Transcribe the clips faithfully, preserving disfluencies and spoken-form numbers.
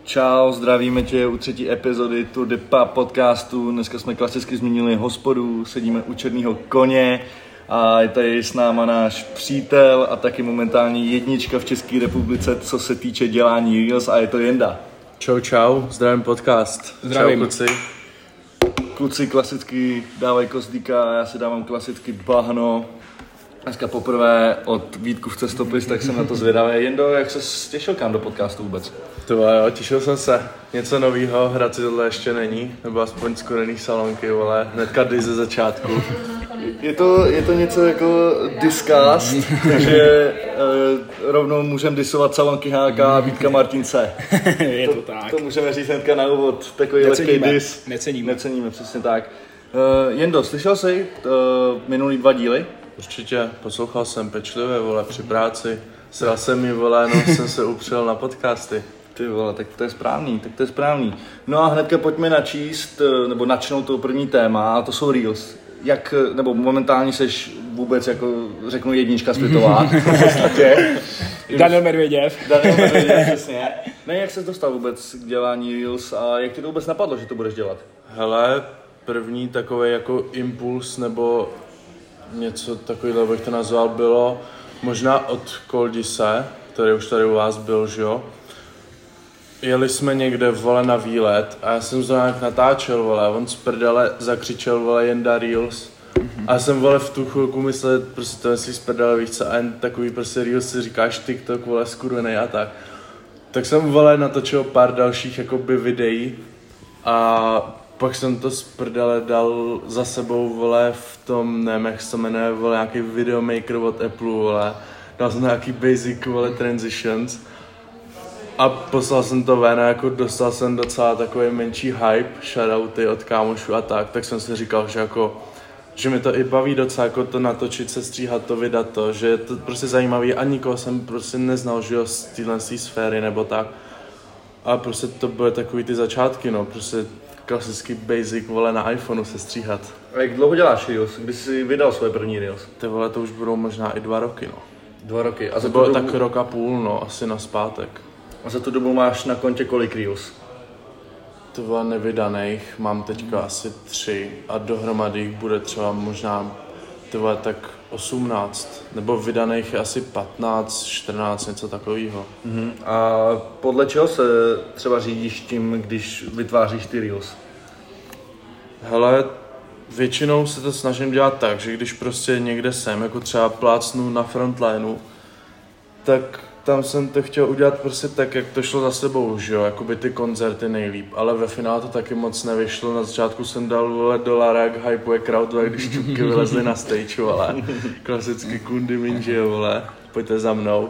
Čau, zdravíme tě u třetí epizody Tour de Pub podcastu. Dneska jsme klasicky změnili hospodu, sedíme u černého koně a je tady s náma náš přítel a taky momentálně jednička v České republice, co se týče dělání Reels, a je to Jenda. Čau, čau, zdravím podcast. Zdravím. Čau, kluci. Kluci klasicky dávají kozdíka, já si dávám klasicky bahno. Dneska poprvé od Vítku v Cestopis, tak jsem na to zvědavý. Jendo, jak se těšil kam do podcastu vůbec? To jo, těšil jsem se. Něco novýho, Hradci tohle ještě není, nebo aspoň skorený salonky, vole, hnedka dy ze začátku. Je to, je to něco jako discast, takže e, rovnou můžeme disovat salonky H K a Vítka Martince. Je to, to tak. To můžeme říct hnedka na úvod, takový lehký dis. Neceníme. Neceníme, přesně tak. E, Jendo, slyšel jsi e, minulý dva díly? Určitě, poslouchal jsem pečlivě, vole, při práci. Sral jsem mi, vole, no jsem se upřel na podcasty. Ty vole, tak to je správný, tak to je správný. No a hnedka pojďme načíst, nebo načnout to první téma, a to jsou Reels. Jak, nebo momentálně seš vůbec, jako řeknu, jednička světová, v podstatě. Daniel Medvěděv. Daniel Medvěděv, přesně. Ne, jak ses dostal vůbec k dělání Reels a jak ti to vůbec napadlo, že to budeš dělat? Hele, první takový jako impuls, nebo něco takového bych to nazval, bylo možná od Koldise, který už tady u vás byl, že jo? Jeli jsme někde, vole, na výlet a já jsem zrovna jak natáčel, vole, on z prdele zakřičel, vole, Jenda Reels. Mm-hmm. A já jsem, vole, v tu chvilku myslel, prostě to myslíš z prdele, víš co, a jen takový prostě Reels si říkáš TikTok, vole, skurvenej a tak. Tak jsem, vole, natočil pár dalších, jakoby, videí a pak jsem to z prdele dal za sebou, vole, v tom, nevím, jak se jmenuje, vole, nějaký videomaker od Apple, vole. Dal jsem nějaký basic, vole, transitions. A poslal jsem to ven a jako dostal jsem docela takový menší hype, shoutouty od kámošů a tak, tak jsem si říkal, že jako, že mi to i baví docela jako to natočit, se stříhat to, vydat to, že je to prostě zajímavý a nikoho jsem prostě neznal, že jo, z téhle sféry nebo tak. A prostě to byly takový ty začátky, no, prostě klasický basic, vole, na iPhoneu se stříhat. A jak dlouho děláš Reels? Kdy jsi vydal svoje první Reels? Ty vole, to už budou možná i dva roky, no. Dva roky. A to za bylo dobu... tak rok a půl, no, asi naspátek. A za tu dobu máš na kontě kolik Reels? To vole, nevydaných, mám teďka hmm. asi tři a dohromady jich bude třeba možná, ty vole, tak osmnáct, nebo vydaných je asi patnáct, čtrnáct, něco takového. Hmm. A podle čeho se třeba řídíš tím, když vytváříš ty Reels? Hele, většinou se to snažím dělat tak, že když prostě někde jsem, jako třeba plácnu na frontlineu, tak tam jsem to chtěl udělat prostě tak, jak to šlo za sebou, že jo, jakoby ty koncerty nejlíp, ale ve finále to taky moc nevyšlo, na začátku jsem dal, vole, dolar, jak hypuje crowd, vole, když čupky vylezly na stage, vole, klasicky kundy minži, vole, pojďte za mnou,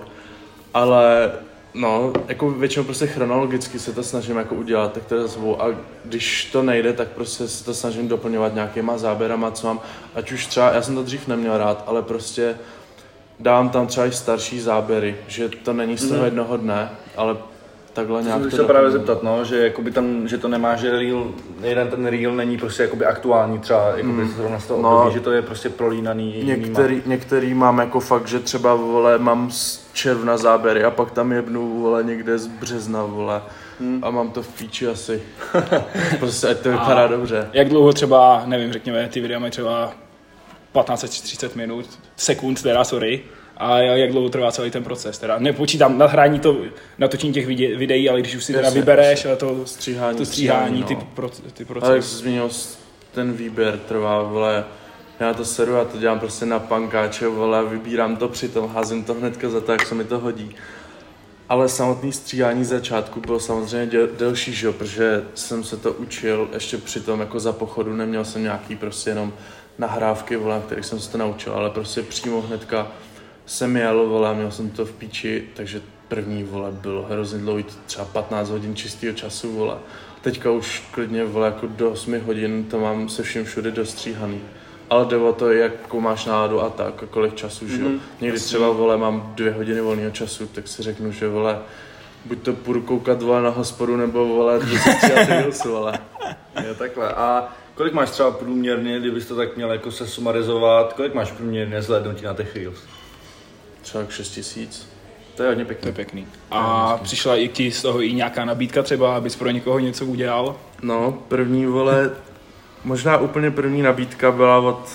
ale no, jako většinou prostě chronologicky se to snažím jako udělat, tak to je za sebou, a když to nejde, tak prostě se to snažím doplňovat nějakýma záběrama, co mám, ať už třeba, já jsem to dřív neměl rád, ale prostě dám tam třeba i starší záběry, že to není z toho mm. jednoho dne, ale takhle nějak to... Jsem se právě zeptat, no, že, jakoby tam, že to nemá, že reel, jeden ten reel není prostě jakoby aktuální třeba, jakoby mm. zrovna z toho no, období, že to je prostě prolínaný. Některý, některý mám jako fakt, že třeba, vole, mám z června záběry a pak tam jebnu, vole, někde z března, vole. Hmm. A mám to v píči asi. Prostě ať to vypadá dobře. Jak dlouho třeba, nevím, řekněme, ty videa mají třeba patnáct až třicet minut, sekund, teda, sorry. A jak dlouho trvá celý ten proces, teda nepočítám nahrání to, natočení těch videí, ale když už si teda jasně, vybereš a to stříhání, to stříhání, no. ty, pro, ty procesy. Ale jak jsi zmínil, ten výběr trvá, vole, já to seru, já to dělám prostě na pankáče, vole, vybírám to přitom, házím to hnedka za to, jak se mi to hodí. Ale samotný stříhání začátku bylo samozřejmě děl, delší, že jo, protože jsem se to učil ještě přitom jako za pochodu, neměl jsem nějaký prostě jenom nahrávky, vole, kterých jsem se to naučil, ale prostě přímo hnedka jsem jel, vole, měl jsem to v píči, takže první, vole, bylo hrozně dlouhý, třeba patnáct hodin čistého času, vole. Teďka už klidně, vole, jako do osmi hodin to mám se vším všude dostříhaný. Ale jde o to, jakou máš náladu a tak, a kolik času, že jo. Mm-hmm. Někdy třeba, vole, mám dvě hodiny volného času, tak si řeknu, že, vole, buď to půjdu koukat, vole, na hospodu, nebo, vole, do Reels, vole. Jo, takhle. A kolik máš třeba průměrně, kdybys to tak měl jako se sumarizovat, kolik máš průměrně zhlédnutí na těch Reels? Třeba šest tisíc. To je hodně To pěkný. je pěkný. A přišla i ti z toho i nějaká nabídka třeba, abys pro někoho něco udělal? No, první, vole, možná úplně první nabídka byla od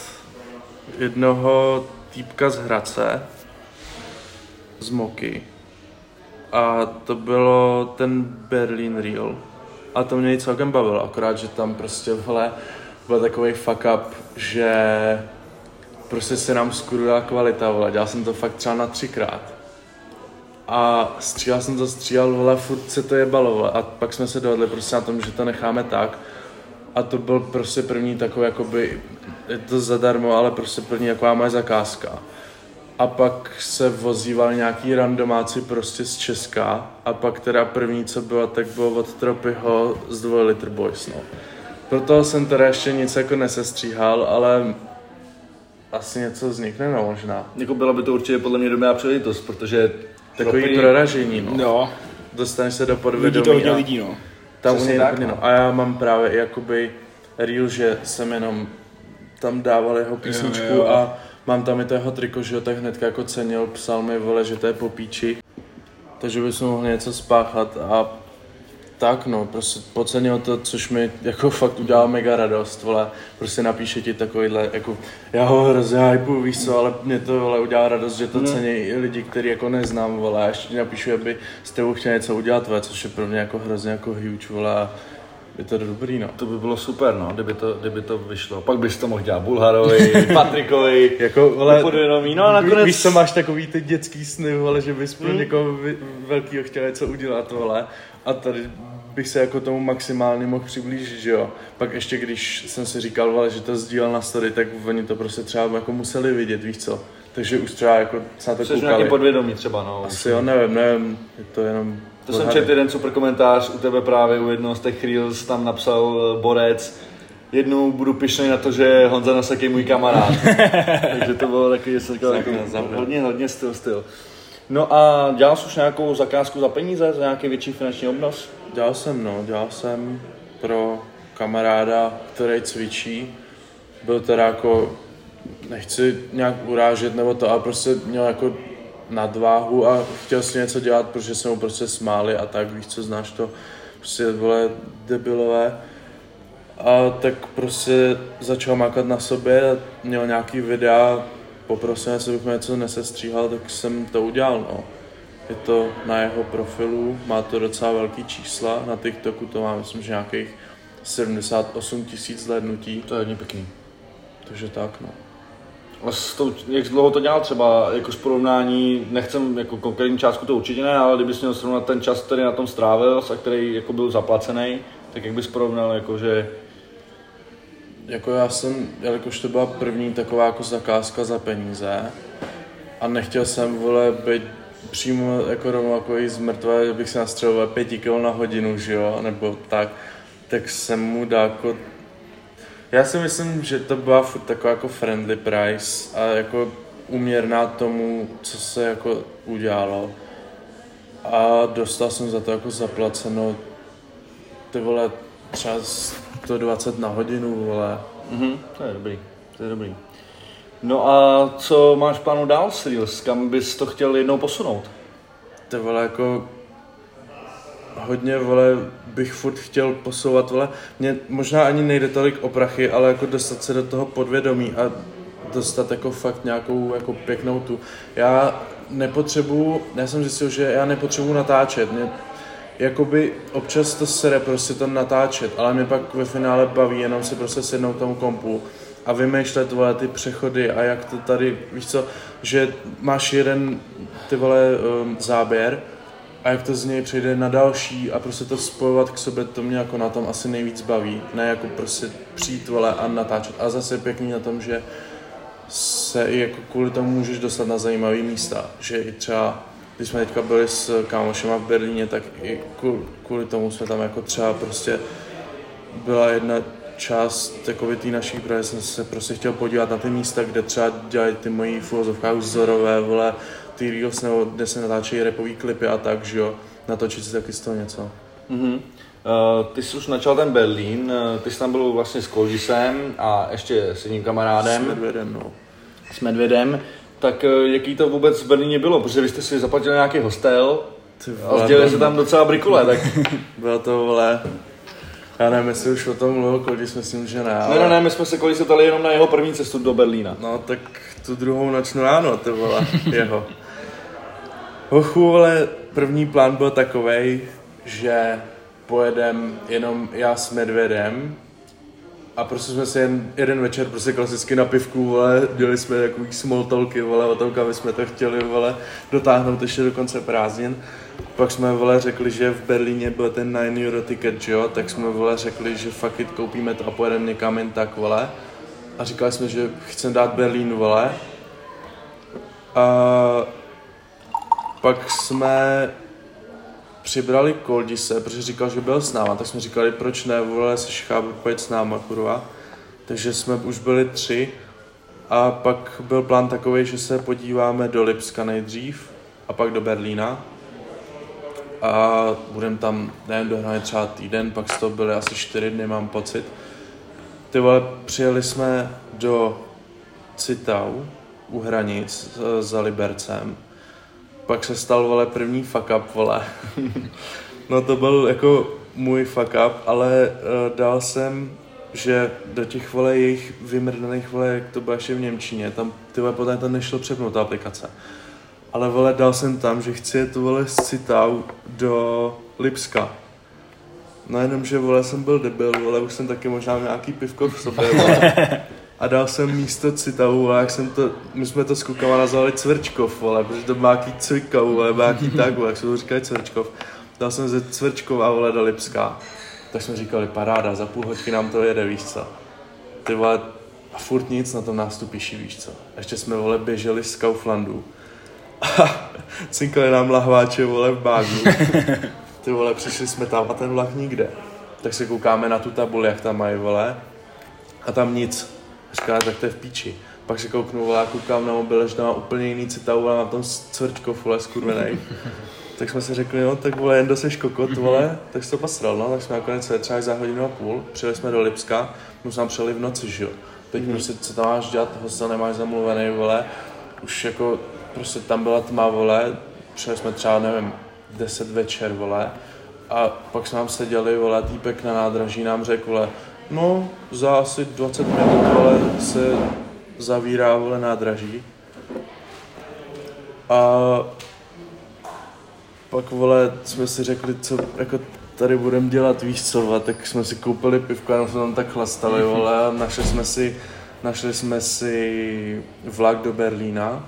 jednoho týpka z Hradce, z Moky. A to bylo ten Berlin Real. A to mě i celkem bavilo, akorát, že tam prostě, vole, byl takový fuck up, že prostě se nám skurila kvalita, vole. Dělal jsem to fakt třeba na třikrát. A stříhal jsem to, stříhal, vole, furt se to jebalo, vole. A pak jsme se dohodli prostě na tom, že to necháme tak. A to byl prostě první takový, jakoby, je to zadarmo, ale prostě první taková moje zakázka. A pak se vozívali nějaký randomáci prostě z Česka. A pak teda první, co bylo, tak bylo od Tropyho z dvoj Liter Boys, no. Proto jsem teda ještě nic jako nesestříhal, ale asi něco vznikne, no, možná. Jako byla by to určitě podle mě dobrá příležitost, protože Takový Tropy... proražení, no. No, Dostaneš se do podvědomí. vidí to hodně a lidí, no. tam u Přesně něj tak, hodně, no. no. A já mám právě i jakoby reel, že jsem jenom tam dával jeho písničku Jo, jo. a mám tam i to jeho triko, že ho tak hnedka jako cenil, psal mi, vole, že to je po píči. Takže bychom mohli něco spáchat a tak no, prostě pocenil to, což mi jako fakt udělal mega radost, vole, prostě napíše ti takovýhle, jako, já ho hrozně hypu, víš co, ale mě to, vole, udělá radost, že to cení i lidi, který jako neznám, vole, a ještě ti napíšu, aby s tebou chtěl něco udělat, vole, což je pro mě jako hrozně jako huge, vole, a je to dobrý, no. To by bylo super, no, kdyby to, kdyby to vyšlo. Pak bys to mohl dělat Bulharovi, Patrikovi, Jako, vole, podvědomí, no a nakonec... víš, co máš takový ty dětský sny, vole, že bys pro někoho vy- velkýho chtěl něco udělat, vole, a tady bych se jako tomu maximálně mohl přiblížit, že jo. Pak ještě když jsem si říkal, vole, že to sdílel na story, tak oni to prostě třeba jako museli vidět, víš co. Takže už třeba jako se na to Jsi koukali. nějaký podvědomí třeba, no. Asi jo, nevím, nevím, je to jenom... To jsem četl jeden super komentář u tebe právě u jednoho z těch reels, tam napsal Borec, jednou budu pyšnej na to, že Honza Nosek je můj kamarád. Takže to bylo takový, že jsem říkal, jako, hodně, hodně styl, styl. No a dělal jsi už nějakou zakázku za peníze, za nějaký větší finanční obnos? Dělal jsem, no, dělal jsem pro kamaráda, který cvičí. Byl teda jako, nechci nějak urážet nebo to, ale prostě měl jako nadváhu a chtěl si něco dělat, protože se mu prostě smáli a tak, víš co, znáš to, prostě vole debilové. A tak prostě začal mákat na sobě, měl nějaký videa, poprosil, jestli bych mu něco nesestříhal, tak jsem to udělal, no. Je to na jeho profilu, má to docela velký čísla, na TikToku to má, myslím, že nějakých sedmdesát osm tisíc zhlédnutí, To je hodně pěkný. takže tak, no. A s tou, jak dlouho to dělal třeba jako z porovnání, nechcem jako konkrétní částku, to určitě ne, ale kdybys měl srovnat ten čas, který na tom strávil a který jako byl zaplacený, tak jak bys porovnal, jako že... Jako já jsem, jelikož to byla první taková jako zakázka za peníze a nechtěl jsem, vole, být přímo jako rovnou jako i z mrtvé, bych se nastřeloval pěti kil na hodinu, že jo, nebo tak, tak jsem mu dal jako... Já si myslím, že to byla furt taková jako friendly price a jako uměrná tomu, co se jako udělalo. A dostal jsem za to jako zaplaceno, ty vole, třeba sto dvacet na hodinu, vole. Mhm, to je dobrý, to je dobrý. No a co máš v plánu dál s Reels? Kam bys to chtěl jednou posunout? Ty vole, jako hodně, vole, bych furt chtěl posouvat, vole. Mně možná ani nejde tolik o prachy, ale jako dostat se do toho podvědomí a dostat jako fakt nějakou jako pěknou tu. Já nepotřebuju, já jsem zjistil, že já nepotřebuju natáčet. Mě jakoby občas to sere prostě to natáčet, ale mě pak ve finále baví jenom si prostě sednout tomu kompu a vymýšlet, vole, ty přechody a jak to tady, víš co, že máš jeden, ty vole, um, záběr a jak to z něj přejde na další a prostě to spojovat k sobě, to mě jako na tom asi nejvíc baví, ne jako prostě přijít, vole, a natáčet. A zase je pěkný na tom, že se i jako kvůli tomu můžeš dostat na zajímavé místa, že i třeba, když jsme teďka byli s kámošema v Berlíně, tak i kvůli tomu jsme tam jako třeba prostě byla jedna část takové té naší právě jsem se prostě chtěl podívat na ty místa, kde třeba dělají ty moji v uvozovkách vzorové, vole, ty reels, nebo kde se natáčejí rapový klipy a tak, že jo, natočit si taky z toho něco. Mhm. Uh, ty jsi už načal ten Berlín, uh, ty jsi tam byl vlastně s Koldisem a ještě s jedním kamarádem. S Medvedem, no. S Medvedem. Tak jaký to vůbec v Berlíně bylo? Protože vy jste si zaplatili nějaký hostel a sdělili se tam docela brikule, tak... Bylo to, vole... Já nevím, jestli už o tom mluvil, když myslím, že ne, ale... Ne, ne, ne, my jsme se Koli se ptali jenom na jeho první cestu do Berlína. No, tak tu druhou nočnu ráno, to byla jeho. Hochu, ale první plán byl takovej, že pojedem jenom já s Medvědem a prostě jsme si jen, jeden večer prostě klasicky na pivku, vole, dělali jsme takový small talky, vole, o tom, kam jsme to chtěli, vole, dotáhnout ještě do konce prázdnin. Pak jsme, vole, řekli, že v Berlíně byl ten nine euro ticket, že jo, tak jsme, vole, řekli, že fakt it, koupíme to a pojedeme někam jen tak, vole. A říkali jsme, že chceme dát Berlínu, vole. A pak jsme přibrali Koldise, protože říkal, že byl s náma, tak jsme říkali, proč ne, vole, se šchábu, pojď s náma, kurva. Takže jsme už byli tři a pak byl plán takový, že se podíváme do Lipska nejdřív a pak do Berlína. A budeme tam, nevím, dohromady třeba týden, pak z toho byly asi čtyři dny, mám pocit. Ty vole, přijeli jsme do Zittau u hranic za Libercem. Pak se stal, vole, první fuck up, vole. No to byl jako můj fuck up, ale uh, dal jsem, že do těch, vole, jejich vymrdaných, vole, jak to bylo ještě v němčině, tam, ty vole, potom to nešlo přepnout, ta aplikace. Ale, vole, dal jsem tam, že chci jet, vole, z Zittau do Lipska. No jenom, že, vole, jsem byl debil, vole, už jsem taky možná měl nějaký pivko v sobě, vole. A dal jsem místo Zittau, a jak jsem to, my jsme to s klukama nazvali Cvrčkov, vole, protože to má nějaký cvika, vole, má nějaký tak, vole, jak se to říkají Cvrčkov. Dal jsem ze Cvrčkova, vole, do Lipska. Tak jsme říkali, paráda, za půl hodky nám to jede, víš co. Ty, vole, a furt nic na tom nástupiši, víš co. Ještě jsme, vole, běželi z Kauflandu. A cinkali nám lahváče, vole, v bágu. Ty, vole, přišli jsme tam a ten vlak nikde. Tak se koukáme na tu tabuli, jak tam mají, vole. A tam nic. Říká, tak to je v píči. Pak se kouknu, vole, a koukám na mobil, že tam má úplně jiný Zittau, vole, mám tam Cvrčkov, vole, skurvenej. Tak jsme si řekli, no, tak, vole, jen doseš kokot, vole, tak se to pasral, no. Tak jsme nakonec třeba za hodinu a půl, přijeli jsme do Lipska, my jsme tam přijeli v noci, že jo. Teď mm. prostě, co tam máš dělat, hostel nemáš zamluvený, vole. Už jako, prostě tam byla tma, vole, přijeli jsme třeba, nevím, deset večer, vole. A pak jsme tam seděli, vole, týpek na nádraží nám řekl, vole, no, za asi dvacet minut, vole, se zavírá, vole, nádraží. A pak, vole, jsme si řekli, co jako tady budeme dělat, víš co, vole, tak jsme si koupili pivko, jenom jsme tam tak chlastali, vole, a našli jsme si, našli jsme si vlak do Berlína.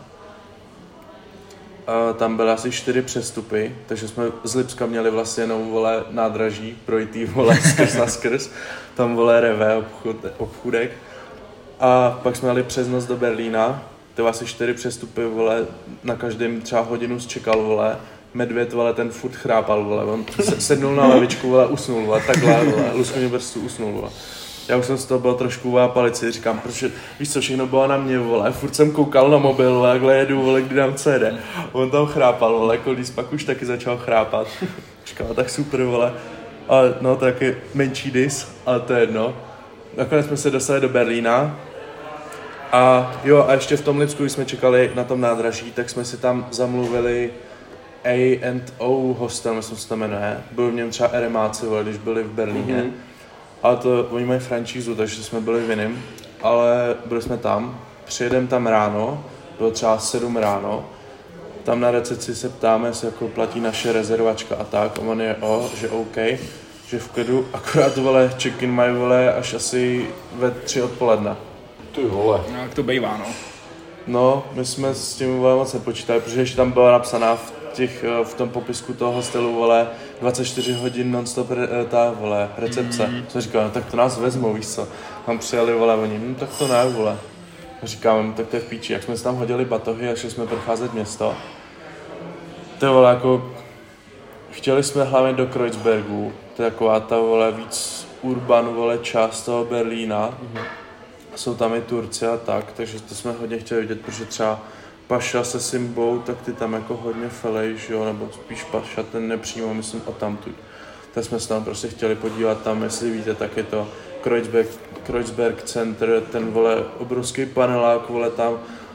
A tam byly asi čtyři přestupy, takže jsme z Lipska měli vlastně jenom, vole, nádraží, projitý, vole, skrz na skrz. Tam, vole, revé, obchud, obchůdek. A pak jsme jeli přes noc do Berlína, to asi čtyři přestupy, vole, na každém třeba hodinu zčekal, vole. Medvěd, vole, ten furt chrápal, vole, on sednul na lavičku, vole, usnul, vole, takhle, vole, lusknul prstu, usnul, vole. Já už jsem z toho byl trošku v palici, říkám, proč, víš co, všechno bylo na mě, vole, furt jsem koukal na mobil, vole, jakhle jedu, vole, kdy dám C D. On tam chrápal, vole, Koldis pak už taky začal chrápat. Říkal, tak super, vole. Ale no, to taky menší dis, ale to je jedno. Nakonec jsme se dostali do Berlína. A jo, a ještě v tom Lipsku, když jsme čekali na tom nádraží, tak jsme si tam zamluvili A and O hostel, myslím, se to jmenuje. Byl v něm třeba RMáci, vole, když byli v Berlíně. Mm-hmm. Ale to, oni mají franšízu, takže jsme byli v jiným, ale byli jsme tam, přijedeme tam ráno, bylo třeba sedm ráno, tam na recepci se ptáme, jestli jako platí naše rezervačka a tak, a on je o, že OK, že v klidu, akorát, vole, check-in mají, vole, až asi ve tři odpoledne. Ty vole. No, jak to bejvá, no. No, my jsme s tím, vole, moc nepočítali, protože ještě tam byla napsaná v těch, v tom popisku toho hostelu, vole, dvacet čtyři hodin non-stop re, ta, vole, recepce. Mm. Jsem říkal, no, tak to nás vezmou, víš co. Tam přijeli, vole, oni, no tak to ne, vole. Říkám, tak to je v píči. Jak jsme si tam hodili batohy a šli jsme procházet město. To je, vole, jako, chtěli jsme hlavně do Kreuzbergu, to je taková ta, vole, víc urban, vole, část toho Berlína. Mm. Jsou tam i Turci a tak, takže to jsme hodně chtěli vidět, protože třeba Paša se Simbou, tak ty tam jako hodně felej, že jo, nebo spíš Paša, ten nepřímo, myslím, odtamtud. Tak jsme se tam prostě chtěli podívat tam, jestli víte, tak je to Kreuzberg, Kreuzberg Center, ten, vole, obrovský panelák, vole, tam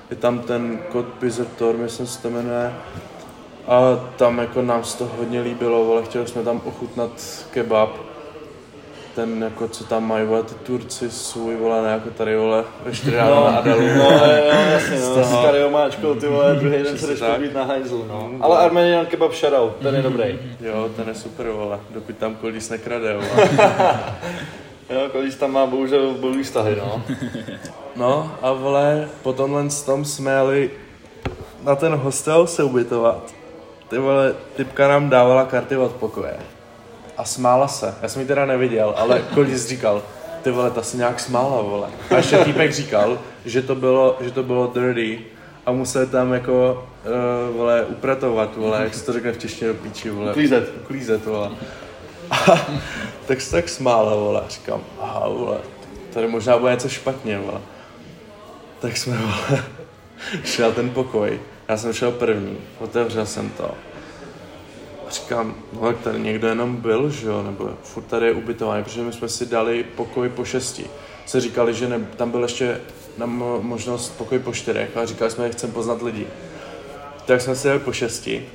je tam ten kod Pizzetor, myslím se to jmenuje. A tam jako nám se to hodně líbilo, vole, chtěli jsme tam ochutnat kebab. Ten jako, co tam mají, vole, ty Turci svůj, vole, ne jako tady, vole, ve čtyři ráno na Adalu. No, jo, jasně, no, s kariomáčkou, ty vole, druhý den se jdeš pobít na hajzlu, no. Ale Armenian kebab shoutout, ten je dobrý. Jo, ten je super, vole, dokud tam Koldis nekrade, vole. Jo, Koldis tam má bohužel bolí vztahy, no. No a vole, po tomhle tom jsme jeli na ten hostel se ubytovat. Ty vole, typka nám dávala karty od pokoje. A smála se. Já jsem ji teda neviděl, ale Koldis říkal, ty vole, ta se nějak smála, vole. A ještě týpek říkal, že to bylo, že to bylo dirty a museli tam jako, uh, vole, upratovat, vole, jak se to řekne v češtině do píči, vole. Uklízet. Uklízet, vole. A tak se tak smála, vole. A říkám, aha, vole, tady možná bude něco špatně, vole. Tak jsme, vole, šel ten pokoj. Já jsem šel první, otevřel jsem to. A říkám, no tak tady někdo jenom byl, že jo, nebo furt tady je ubytování, protože my jsme si dali pokoj po šesti. Se říkali, že ne, tam byl ještě na možnost pokoj po čtyřech a říkali jsme, že chceme poznat lidi. Tak jsme si dali po šesti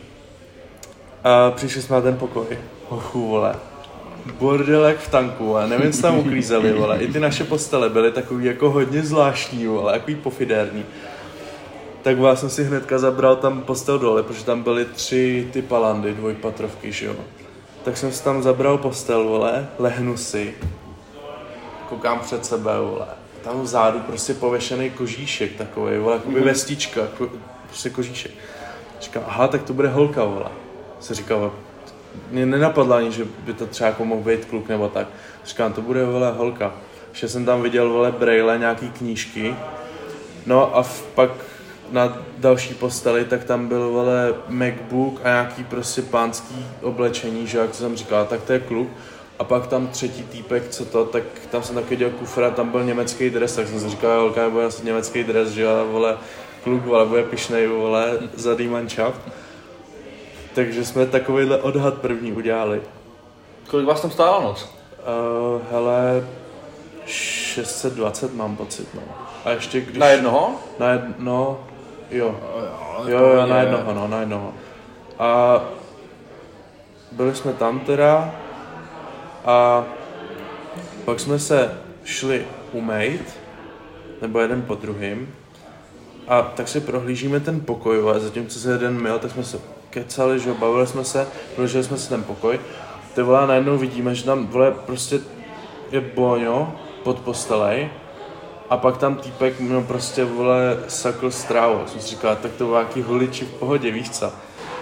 a přišli jsme na ten pokoj. Ochu, vole. Bordelek v tanku, a nevím, co tam uklízeli, vole. I ty naše postele byly takový jako hodně zvláštní, vole, takový pofidérní. Tak vás jsem si hnedka zabral tam postel dole, protože tam byly tři ty palandy, dvojpatrovky, že jo. Tak jsem si tam zabral postel, vole, lehnu si, koukám před sebe, vole. Tam vzadu prostě pověšený kožíšek takovej, vole, jakoby mm-hmm. vestička, ko, prostě kožíšek. Říkám, aha, tak to bude holka, vole. Se říkal, mě nenapadlo ani, že by to třeba jako mohl být kluk nebo tak. Říkám, to bude, vole, holka. Ještě jsem tam viděl, vole, brejle, nějaký knížky. No a v, pak na další posteli, tak tam byl, vole, MacBook a nějaký prostě pánský oblečení, že jak jsem říkal, tak to je kluk. A pak tam třetí týpek, co to, tak tam jsem taky viděl kufra, tam byl německý dres, tak jsem si říkal, holka, bude asi německý dres, že jo, vole, kluk, vole, bude pišnej, vole, za Mannschaft. Takže jsme takovýhle odhad první udělali. Kolik vás tam stála noc? Uh, hele, šest set dvacet mám pocit, no. A ještě když... Na jednoho? Na jedno, jo. Jo, jo, na jednoho, no, na jednoho. A byli jsme tam teda a pak jsme se šli umejt, nebo jeden po druhým. A tak si prohlížíme ten pokoj, a zatímco se jeden myl, tak jsme se kecali, že jo, bavili jsme se, prožili jsme si ten pokoj. Ty vole, najednou vidíme, že tam, vole, prostě je Boňo pod postelej a pak tam týpek, no prostě, vole, sakl strávu. Jsem si říkal, tak to bylo nějaký holiči v pohodě, víš co?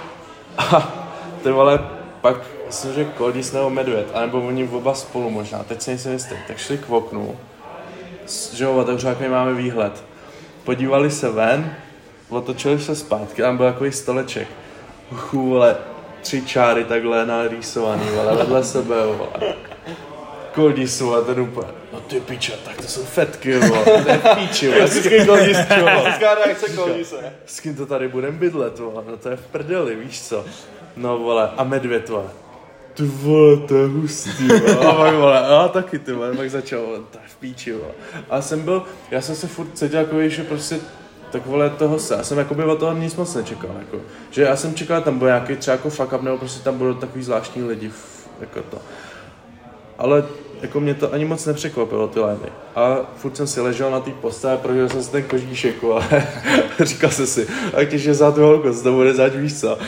A ty vole, pak jsem řekl Koldis nebo Medvěd, anebo oni oba spolu možná, teď se nejsem jistý. Tak šli k oknu, že jo, otevřel, jaký máme výhled. Podívali se ven, otočili se zpátky, tam byl takový stoleček. Uchu, vole, tři čáry takhle narýsovaný, vole, vedle sebe, vole. Koldis, vole, ten úplně, no ty piče, tak to jsou fetky, vole, to je v píči, vole. Vždycky Koldis, čo? Vždycká reakce Koldise. S kým to tady budem bydlet, vole, no to je v prdeli, víš co? No, vole, a Medvěd, vole. Ty vole, to je hustý, vole. A pak, vole, a taky, ty vole, pak začal, vole, to je v píči, vole. A jsem byl, já jsem se furt cítil jako, že prostě tak vole toho se, já jsem jakoby od toho nic moc nečekal, jako, že já jsem čekal, tam byl nějaký třeba jako fuck up, nebo prostě tam budou takový zvláštní lidi, jako to. Ale jako mě to ani moc nepřekvapilo, ty lény. A furt jsem si ležel na té postele, prožil jsem si ten kožíšek, ale říkal jsem si, tak těžně za tu holku, co to bude zač, víš co.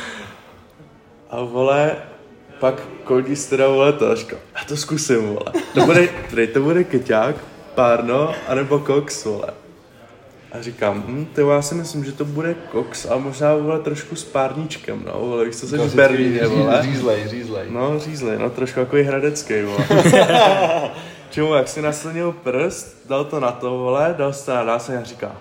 A vole, pak Koldis teda, vole, to, a říkal, já to zkusím, vole. To bude, tady to bude keťák, párno, anebo koks, vole. A říkám, hm, ty já si myslím, že to bude koks, ale možná, vole, trošku s párníčkem, no, vole, víš, co jsi v Berlíně, vole. Řízlej, řízlej. No, řízlej, no, trošku jako i hradecký, vole. Čemu, jak si naslnil prst, dal to na to, vole, dal se to na dásek a říká,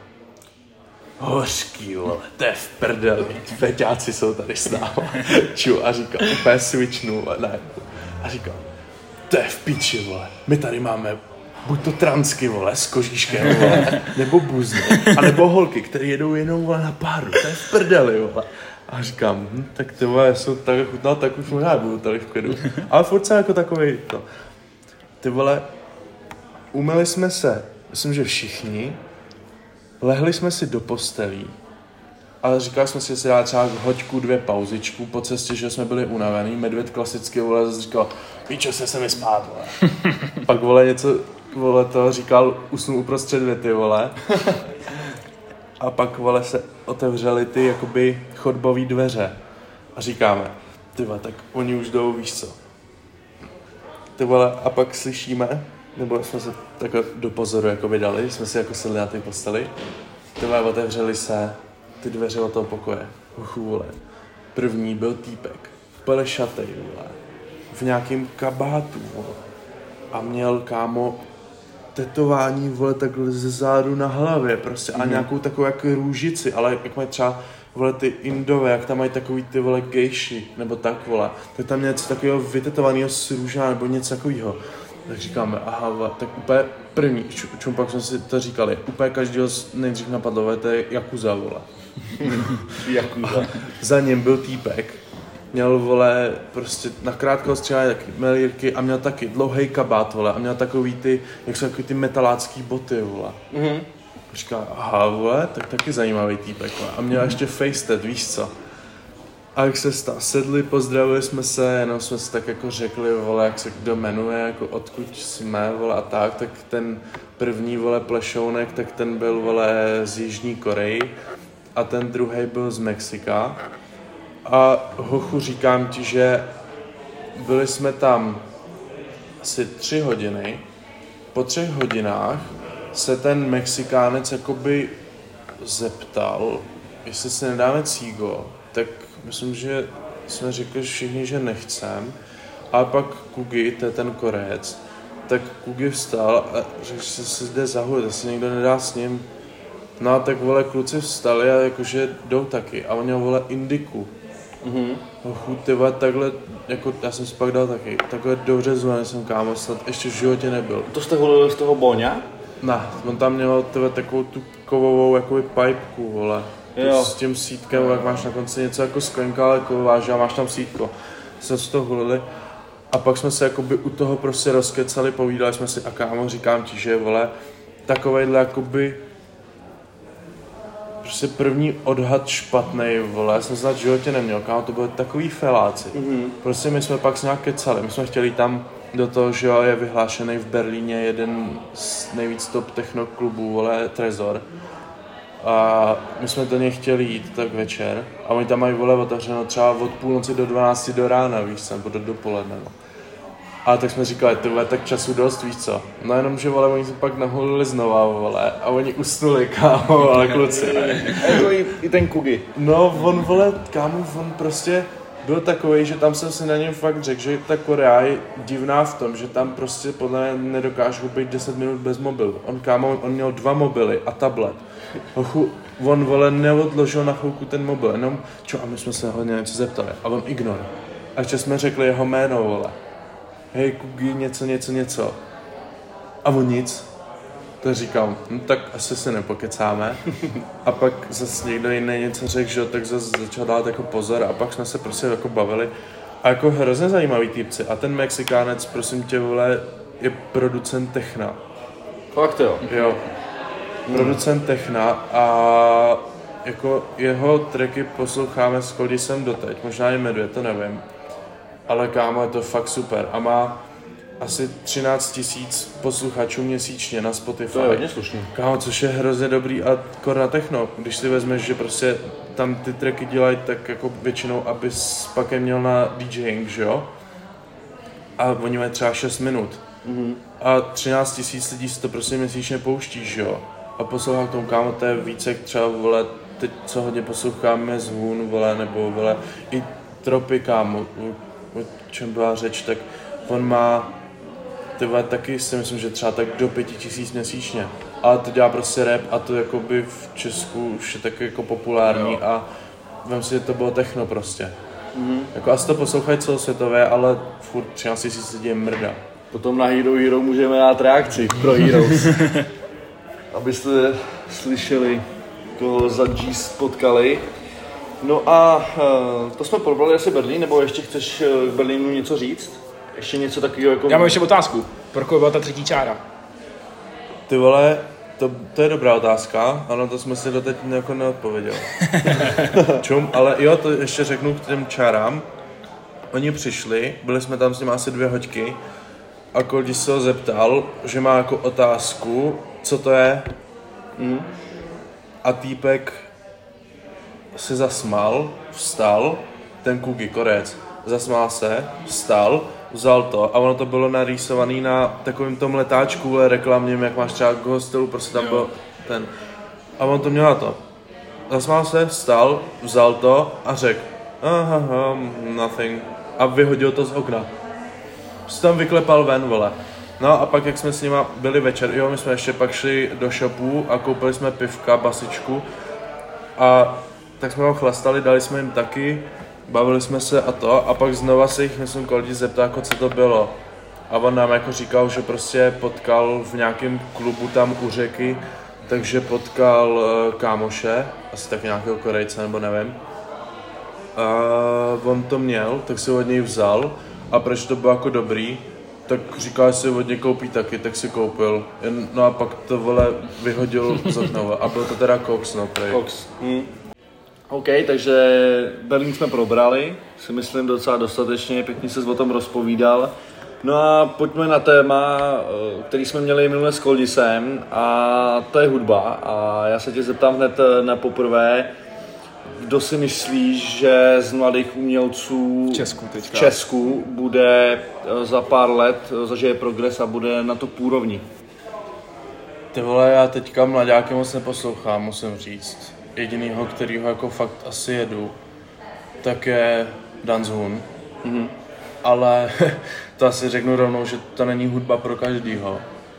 hořký, vole, to je v prdeli, feťáci jsou tady s náma. Ču, a říká, úplně switchnu, vole, ne. A říká, to je v piči, vole, my tady máme buď to transky, vole, s kožíškem, vole, nebo buzny, anebo holky, které jedou jenom, vole, na páru, to je v prdeli, vole. A říkám, hm, tak ty vole, jsou tak chutnal, tak už možná budu tady v klidu. Ale furt jsem jako takovej, to. Ty vole, umyli jsme se, myslím, že všichni, lehli jsme si do postelí a říkali jsme si, že si dá třeba hoďku, dvě pauzičku po cestě, že jsme byli unavený. Medvěd klasicky, vole, zase říkal, píčo, se se mi spát, vole. Pak, vole, něco, vole, to říkal, usnul uprostřed věty, vole. A pak, vole, se otevřely ty, jakoby, chodbové dveře. A říkáme, ty vole, tak oni už jdou, víš co. Ty vole, a pak slyšíme, nebo jsme se takhle do pozoru, jako vydali, jsme si jako sedli na té posteli. Ty vole, otevřeli se ty dveře od toho pokoje. Uchu, vole. První byl týpek, úplně šatej, vole. V nějakým kabátu, vole. A měl, kámo, tetování, vole, takhle ze zádu na hlavě, prostě. Mm-hmm. A nějakou takovou jak růžici, ale jak mají třeba, vole, ty Indové, jak tam mají takový ty, vole, gejši, nebo tak, vole. Tak tam něco takového vytetovaného z růža, nebo něco takového. Tak říkáme, aha, vole, tak úplně první, čum pak jsme si to říkali, úplně každýho nejdřív napadlo, vole, to je Yakuza, vole. Yakuza. Za ním byl týpek, měl, vole, prostě na krátkou střelání taky melírky a měl taky dlouhý kabát, vole, a měl takový ty, jak jsou takový ty metalácký boty, vole. Mm-hmm. Říká, aha, vole, tak taky zajímavý týpek, vole. A měl ještě FaceTag, víš co? A jak se stá, sedli, pozdravili jsme se, jenom jsme si tak jako řekli, vole, jak se kdo jmenuje, jako odkud jsme, vole, a tak, tak ten první, vole, plešounek, tak ten byl, vole, z Jižní Koreji a ten druhý byl z Mexika. A hochu, říkám ti, že byli jsme tam asi tři hodiny, po třech hodinách se ten Mexikánec jakoby zeptal, jestli se nedáme cígo, tak myslím, že jsme řekli všichni, že nechcem. A pak Kugi, to je ten Korejec, tak Kugi vstal a řekl, že se zde zahuje, to si někdo nedá s ním. No a tak, vole, kluci vstali a jakože jdou taky. A on měl, vole, indiku. Mhm. Hochu, ty vole, takhle, jako já jsem si pak dal taky, takhle dobře zvolený jsem, kámo, snad ještě v životě nebyl. To jste hulili z toho Boňa? Ne, on tam měl, tyhle, takovou tu kovovou, jakoby pipku, vole. S tím sítkem, jak máš na konci něco jako sklenka, ale kovová, že a máš tam sítko. Jsme si to hulili a pak jsme se jakoby u toho prostě rozkecali, povídali jsme si a kámo, říkám ti, že, vole, takovejhle jakoby prostě první odhad špatnej, vole, já jsem snad v životě neměl, kámo, to byly takový feláci. Mm-hmm. Prostě my jsme pak s nějak kecali, my jsme chtěli tam do toho, že jo, je vyhlášený v Berlíně jeden z nejvíc top technoklubů, vole, Trezor. A my jsme do něj chtěli jít tak večer a oni tam mají, vole, otevřeno třeba od půlnoci do dvanácti do rána, víš co, nebo do dopoledne, no. A tak jsme říkali, ty vole, tak času dost, víš co. No jenom, že, vole, oni se pak nahulili znova, vole, a oni usnuli, kámo, ale kluci. Jako i, i ten Kugi. No, on, vole, kámo, on prostě byl takovej, že tam jsem si na něm fakt řekl, že ta Korea je divná v tom, že tam prostě podle mě nedokážou být deset minut bez mobilu. On, kámo, on měl dva mobily a tablet. Hochu, on, vole, neodložil na chvilku ten mobil, jenom, čo, a my jsme se hodně něco zeptali, a on ignor. A ještě jsme řekli jeho jméno, vole. Hej, Kugi, něco, něco, něco. A on nic. To říkám, no tak asi se nepokecáme. A pak zase někdo jiný něco řekl, že tak zase začal dát jako pozor a pak jsme se prostě jako bavili. A jako hrozně zajímavý týpci. A ten Mexikánec, prosím tě, vole, je producent techna. Fakt jo? Jo. Producent techna a jako jeho tracky posloucháme s Koldisem doteď, možná i Medvěd, to nevím. Ale, kámo, je to fakt super a má asi třináct tisíc posluchačů měsíčně na Spotify. To je hodně slušný. Kámo, což je hrozně dobrý a kor na techno. Když si vezmeš, že prostě tam ty tracky dělají tak jako většinou, abys pak je měl na DJing, že jo? A oni mají třeba šest minut. Mm-hmm. A třináct tisíc lidí si to prostě měsíčně pouští, že jo? A poslouchám k tomu, kámo, to je více, jak třeba, vole, teď co hodně posloucháme Zvůn, vole, nebo, vole, i Tropy, kámo, o čem byla řeč, tak on má, ty vole, taky si myslím, že třeba tak do pěti tisíc měsíčně. Ale to dělá prostě rap a to jakoby v Česku už je taky jako populární jo. A vím si, že to bylo techno prostě. Mm-hmm. Jako asi to poslouchají celosvětové, ale furt třináct tisíc lidí je mrda. Potom na Hero Hero můžeme dát reakci pro Heroes. Abyste slyšeli, koho za G spotkali. No a uh, to jsme probrali asi Berlín, nebo ještě chceš k Berlínu něco říct? Ještě něco takového jako... Já mám ještě otázku. Pro koho byla ta třetí čára? Ty vole, to, to je dobrá otázka, ale to jsme si doteď jako neodpověděli. Čum, ale jo, to ještě řeknu k těm čarám. Oni přišli, byli jsme tam s nimi asi dvě hoďky a Koldi se ho zeptal, že má jako otázku, co to je. Mm. A týpek se zasmál, vstal, ten Kugi, Korec, zasmál se, vstal, vzal to a ono to bylo narýsovaný na takovém tom letáčku reklamním, jak máš třeba k hostelu, prostě tam jo. byl ten. A on to měl na to. Zasmál se, vstal, vzal to a řekl aha, nothing. A vyhodil to z okna. Se tam vyklepal ven, vole. No a pak, jak jsme s nima byli večer, jo, my jsme ještě pak šli do shopu a koupili jsme pivka, basičku. A tak jsme ho chlastali, dali jsme jim taky, bavili jsme se a to. A pak znova se jich, myslím, Koldi zeptal, jako co to bylo. A on nám jako říkal, že prostě potkal v nějakém klubu tam u řeky, takže potkal uh, kámoše, asi tak nějakého Korejce, nebo nevím. A on to měl, tak si od něj vzal a proč to bylo jako dobrý, tak říkal, že si od něj koupí taky, tak si koupil. No a pak to, vole, vyhodil z okna a byl to teda Cox, no prej. Cox. Hmm. OK, takže Berlín jsme probrali, si myslím docela dostatečně, pěkně se o tom rozpovídal. No a pojďme na téma, který jsme měli minule s Koldisem, a to je hudba. A já se tě zeptám hned na poprvé, kdo si myslíš, že z mladých umělců v Česku, teďka. v Česku bude za pár let, zažije progres a bude na to úrovni? Ty vole, já teďka mladáky moc neposlouchám, musím říct. Jedinýho, kterýho jako fakt asi jedu, tak je Danzhun. Mm-hmm. Ale to asi řeknu rovnou, že to není hudba pro každýho.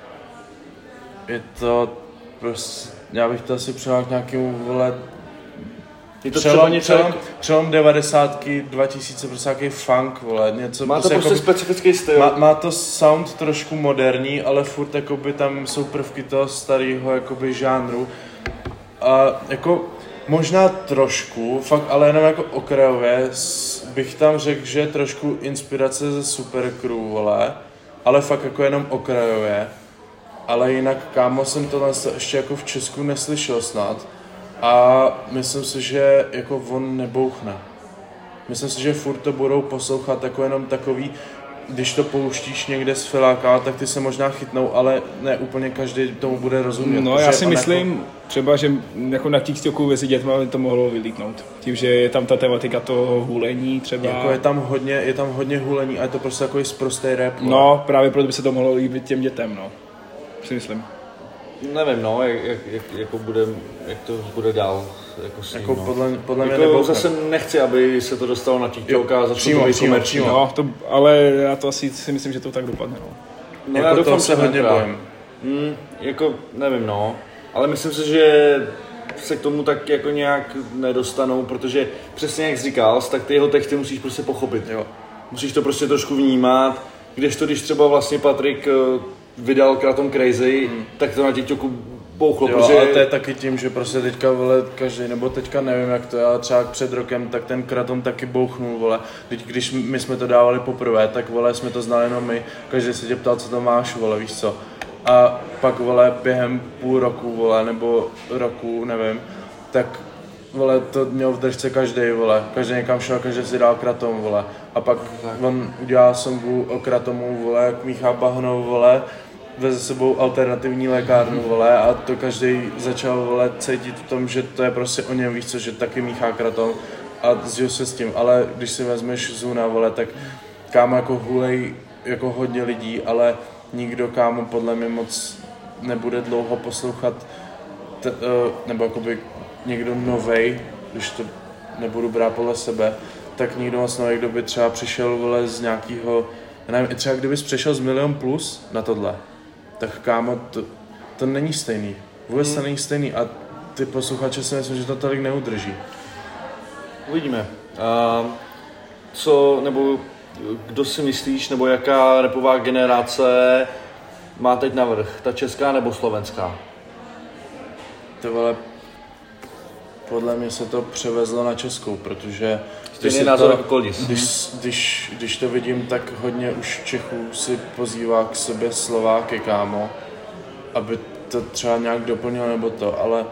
Je to prostě, já bych to asi přihál k nějakému, vole, je to přelom, přelom, přelom devadesátky, dva tisíce, prostě nějaký funk, vole, něco. Má to prostě, prostě specifický styl. Má, má to sound trošku moderní, ale furt jakoby tam jsou prvky toho starého jakoby žánru. A jako možná trošku, fakt, ale jenom jako okrajově bych tam řekl, že trošku inspirace ze Supercrew, vole, ale fakt jako jenom okrajově. Ale jinak, kámo, jsem to ještě jako v Česku neslyšel snad. A myslím si, že jako on nebouchne. Myslím si, že furt to budou poslouchat jako jenom takový, když to pouštíš někde z filáka, tak ty se možná chytnou, ale ne úplně každý tomu bude rozumět. No já si myslím jako třeba, že jako na TikToku mezi dětma to mohlo vylítnout. Tím, že je tam ta tematika toho hulení třeba. Jako je tam hodně, je tam hodně hulení a je to prostě jako sprostý rap. No právě proto by se to mohlo líbit těm dětem, no. Si myslím. Nevím, no, jak, jak, jak, jako bude, jak to bude dál. Jako, ním, jako no. podle, podle mě jako nebo zase nechci, aby se to dostalo na TikTok a začalo to být komerční. No, to, ale já to asi si myslím, že to tak dopadne, no. No jako já doufám, se hodně bojím. Hmm, jako, nevím, no. Ale myslím si, že se k tomu tak jako nějak nedostanou, protože přesně jak jsi říkal, tak ty jeho texty musíš prostě pochopit, jo. Musíš to prostě trošku vnímat, kdežto když třeba vlastně Patrik vydal Kratom Crazy, hmm. tak to na TikToku bouchlo, jo, protože... ale to je taky tím, že prostě teďka, vole, každý, nebo teďka nevím jak to je, ale třeba před rokem, tak ten Kratom taky bouchnul, vole. Teď, když my jsme to dávali poprvé, tak, vole, jsme to znali jenom my, každý se tě ptal, co to máš, vole, víš co. A pak, vole, během půl roku, vole, nebo roku, nevím, tak, vole, to měl v držce každý, vole, každý někam šel, každý si dal Kratom, vole. A pak on udělal songu o Kratomu, vole, jak míchá bahnou, vole, veze sebou alternativní lékárnu, vole, a to každý začal, vole, cítit v tom, že to je prostě o něm, víš co, že taky míchá Kratom a zžil se s tím, ale když si vezmeš Zuna, vole, tak kámo jako hulej jako hodně lidí, ale nikdo, kámo, podle mě moc nebude dlouho poslouchat, t- nebo jakoby někdo novej, když to nebudu brát podle sebe, tak nikdo moc novej, kdo by třeba přišel, vole, z nějakého, nevím, třeba kdybys přišel z Milion Plus na tohle, tak kámo, to, to není stejný. Vůbec hmm. to není stejný a ty posluchače si myslím, že to tolik neudrží. Uvidíme. Uh, co, nebo kdo si myslíš, nebo jaká rapová generace má teď navrch? Ta česká nebo slovenská? To vole, podle mě se to převezlo na českou, protože stejný názor jako Koldis. Když, když, když to vidím, tak hodně už Čechů si pozývá k sobě Slováky, kámo, aby to třeba nějak doplnil nebo to, ale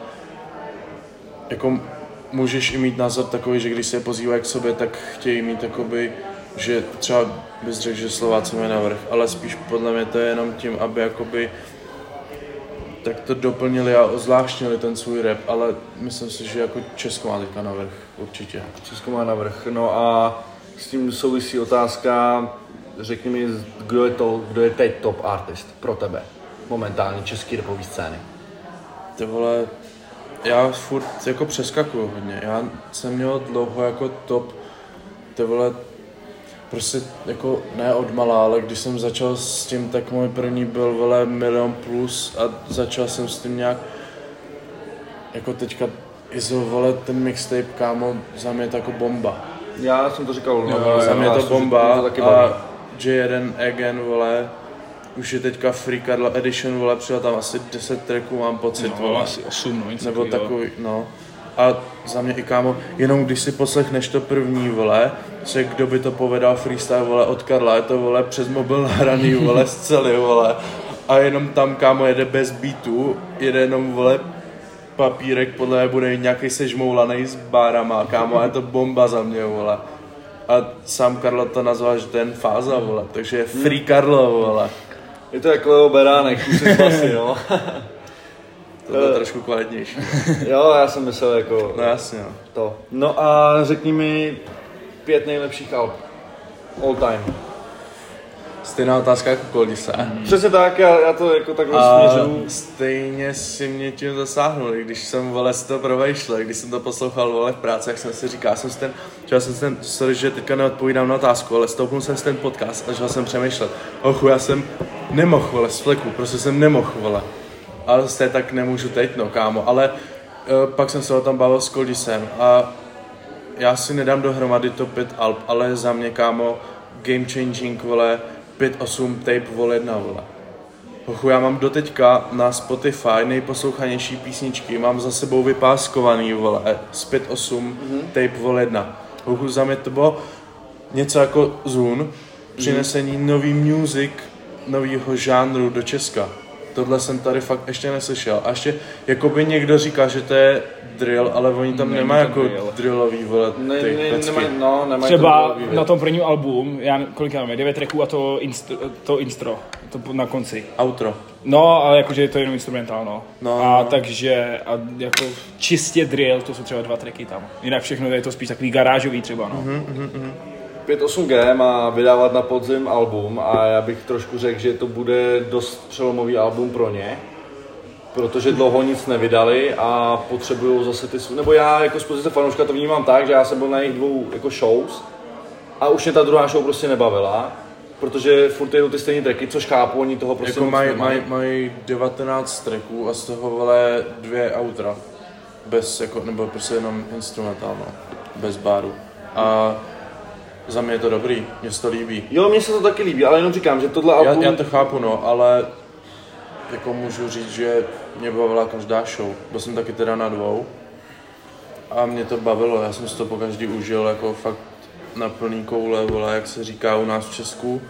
jako můžeš i mít názor takový, že když se pozývají k sobě, tak chtějí mít jakoby, že třeba bys řekl, že Slováci mají navrch, ale spíš podle mě to je jenom tím, aby jakoby tak to doplnili a ozvláštnili ten svůj rap, ale myslím si, že jako Česko má teďka navrch, určitě. Česko má navrch, no a s tím souvisí otázka, řekni mi, kdo je, to, kdo je teď top artist pro tebe, momentálně český rapový scény. Ty vole, já furt jako přeskakuju hodně, já jsem měl dlouho jako top, ty vole, prostě jako ne od malá, ale když jsem začal s tím, tak můj první byl vole Milion plus a začal jsem s tím nějak, jako teďka Izo, vole, ten mixtape, kámo, za mě je to jako bomba. Já jsem to říkal, no, Jo, za mě je to bomba to a J jeden Again, vole, už je teďka Free Karla Edition, vole, přijel tam asi deset tracků, mám pocit, No, vole. asi osm, no, Nebo takový, no. A za mě i kámo, jenom když si poslechneš to první, vole, že kdo by to povedal freestyle, vole, od Karla, je to, vole, přes mobil nahraný, vole, z celý, vole. A jenom tam, kámo, jede bez beatu, jede jenom, vole, papírek, podle mě bude nějaký sežmoulanej s bárama, kámo, a je to bomba za mě, vole. A sám Karlo to nazval, že to je jen fáza, vole, takže je Free Karlo, vole. Je to jak Leo Beránek, kusy spasy, no. To bylo trošku kvalitnější. Jo, já jsem myslel jako No jasně, no. to. No a řekni mi pět nejlepších alb. All time. Stejná otázka jako Koldise. Mm. Přesně tak, já, já to jako takhle A směřuju. stejně si mě tím zasáhnul, když jsem, vole, si to provejšel, když jsem to poslouchal, vole, v práci, jak jsem si říkal, jsem si ten, já jsem si ten, sorry, že teďka neodpovídám na otázku, ale stoupnul jsem si ten podcast a začal jsem přemýšlet. Ochu, já jsem nemohl, vole, z fleku, prostě jsem nemohl, vole. Ale zase tak nemůžu teď, no, kámo, ale uh, pak jsem se o tom bavil s Koldisem a já si nedám dohromady to pět alb, ale za mě, kámo, game changing, vole, pět osm tape vol jedna, vole. Hochu, já mám doteďka na Spotify nejposlouchanější písničky, mám za sebou vypáskovaný, vole, z pět osm mm-hmm. tape vol jedna. Hochu, za mě to bylo něco jako Zune, přinesení mm-hmm. nový music, novýho žánru do Česka. Tohle jsem tady fakt ještě neslyšel. A ještě, jakoby někdo říká, že to je drill, ale oni tam nemají jako drill. drillový, vole, ty ne, ne, pecky. nemaj, no, nemaj Třeba to na tom prvním album, já kolik máme, devět tracků a to, instro, to intro, to na konci. Outro. No, ale jakože je to jenom instrumentál, no. No, a no. takže, a jako čistě drill, to jsou třeba dva tracky tam. Jinak všechno je to spíš takový garážový třeba, no. Mm, mm, mm. pět osm G má vydávat na podzim album a já bych trošku řekl, že to bude dost přelomový album pro ně, protože dlouho nic nevydali a potřebují zase ty svůj, nebo já jako z pozice fanouška to vnímám tak, že já jsem byl na jejich dvou jako shows a už mě ta druhá show prostě nebavila, protože furt jedou ty stejné tracky, což chápu, oni toho prostě Jako mají nemají. maj, maj devatenáct tracků a z toho, vole, dvě outra. Bez, jako, nebo prostě jenom instrumentál, no. Bez baru. A za mě je to dobrý, mně se to líbí. Jo, mně se to taky líbí, ale jenom říkám, že tohle album... Já, já to chápu, no, ale jako můžu říct, že mě bavila každá show. Byl jsem taky teda na dvou a mě to bavilo, já jsem si to po každý užil jako fakt na plný koule, vole, jak se říká u nás v Česku.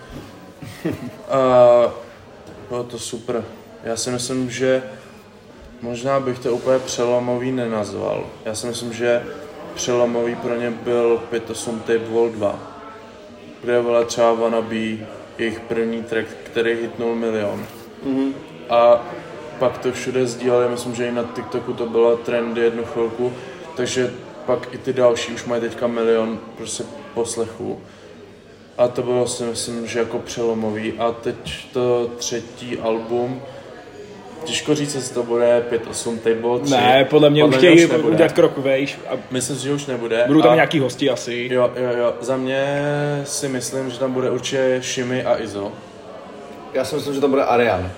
A bylo to super. Já si myslím, že možná bych to úplně přelomový nenazval. Já si myslím, že přelomový pro ně byl pět osm tape vol dva, kde byla třeba Wannabe, jejich první track, který hitnul milion. Mm-hmm. A pak to všude sdíleli, myslím, že i na TikToku to byla trendy jednu chvilku, takže pak i ty další už mají teďka milion prostě poslechů. A to bylo si myslím, že jako přelomový. A teď to třetí album, těžko říct, jestli to bude pět osm Table tři. Ne, podle mě podle už chtějí nebude. udělat krok vejš. A Myslím si, že už nebude. budou tam a nějaký hosti asi. Jo, jo, jo. Za mě si myslím, že tam bude určitě Shimmy a Izo. Já si myslím, že to bude Arian.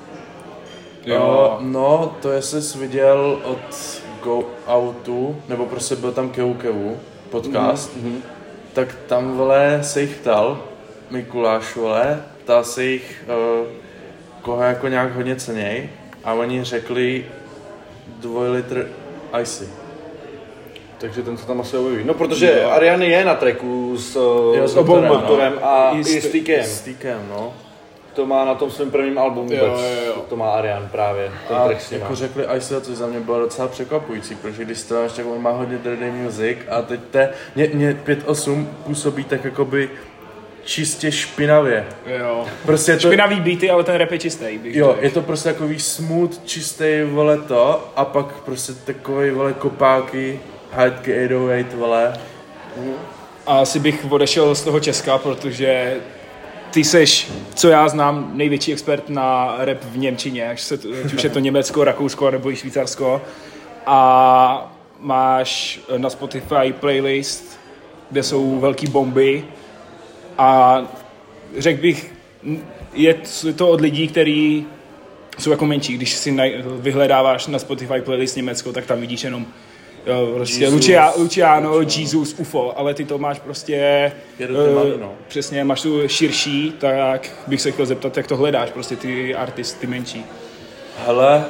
Jo. No, to jestli jsi viděl od Go Outu, nebo prostě byl tam Kevu Kevu podcast, Mm-hmm. tak tam, vole, se jich ptal, Mikuláš, vole, ptal se jich, uh, koho jako nějak hodně ceněj, a oni řekli dvojlitr Icy. Takže ten se tam asi objeví. No, protože jo. Ariany je na tracku s, Jo, s s obou motorem a I i s Týkem. S Týkem, no. To má na tom svém prvním albu vůbec, jo, jo, jo. to má Arian právě, ten a track s nima. jako řekli Ice, což za mě bylo docela překvapující, protože když to máš, tak on má hodně dirty music a teď te, mě, mě pět osm působí tak jakoby čistě špinavě. Jo. Prostě to, Špinavý beaty, ale ten rap je čistý. jo, je to prostě takový smooth, čistý, vole to a pak prostě takovej, vole, kopáky, hádky osm set osm, vole. A asi bych odešel z toho Česka, protože ty seš, co já znám, největší expert na rap v němčině, ať se, ať už je to Německo, Rakousko nebo i Švýcarsko. A máš na Spotify playlist, kde jsou velký bomby. A řekl bych, je to od lidí, kteří jsou jako menší. Když si naj, vyhledáváš na Spotify playlist Německo, tak tam vidíš jenom jo, prostě Lucia, Luciano, Jesus, U F O, ale ty to máš prostě, uh, no. přesně, máš tu širší, tak bych se chtěl zeptat, jak to hledáš, prostě ty artisty menší. Hele,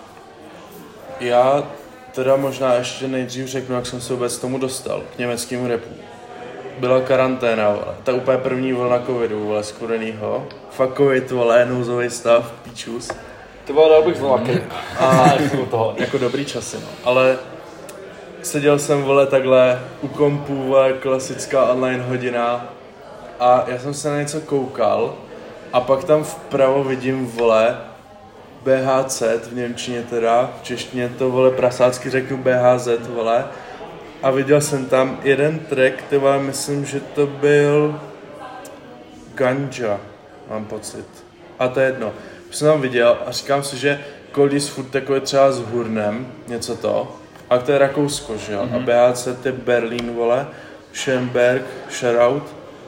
já teda možná ještě nejdřív řeknu, jak jsem se vůbec tomu dostal, k německému rapu. Byla karanténa, vole, ta úplně první vlna covidu, vole, skurenýho. Fuck covid, vole, nouzový stav, píčus. To bylo, dal bych zvláky. A toho. Jako dobrý časy, no. Ale seděl jsem, vole, takhle u kompu, vole, klasická online hodina a já jsem se na něco koukal a pak tam vpravo vidím, vole, B H C, v němčině teda, v češtině to, vole, prasácky řeknu B H Z, vole. A viděl jsem tam jeden track, ty vole, myslím, že to byl Ganja, mám pocit. A to je jedno. Už jsem tam viděl a říkám si, že Coldis furt takový třeba s Hurnem, něco to. A to je Rakousko, že jo? Mm-hmm. A B H C je Berlín, vole, Schönberg, Shoutout.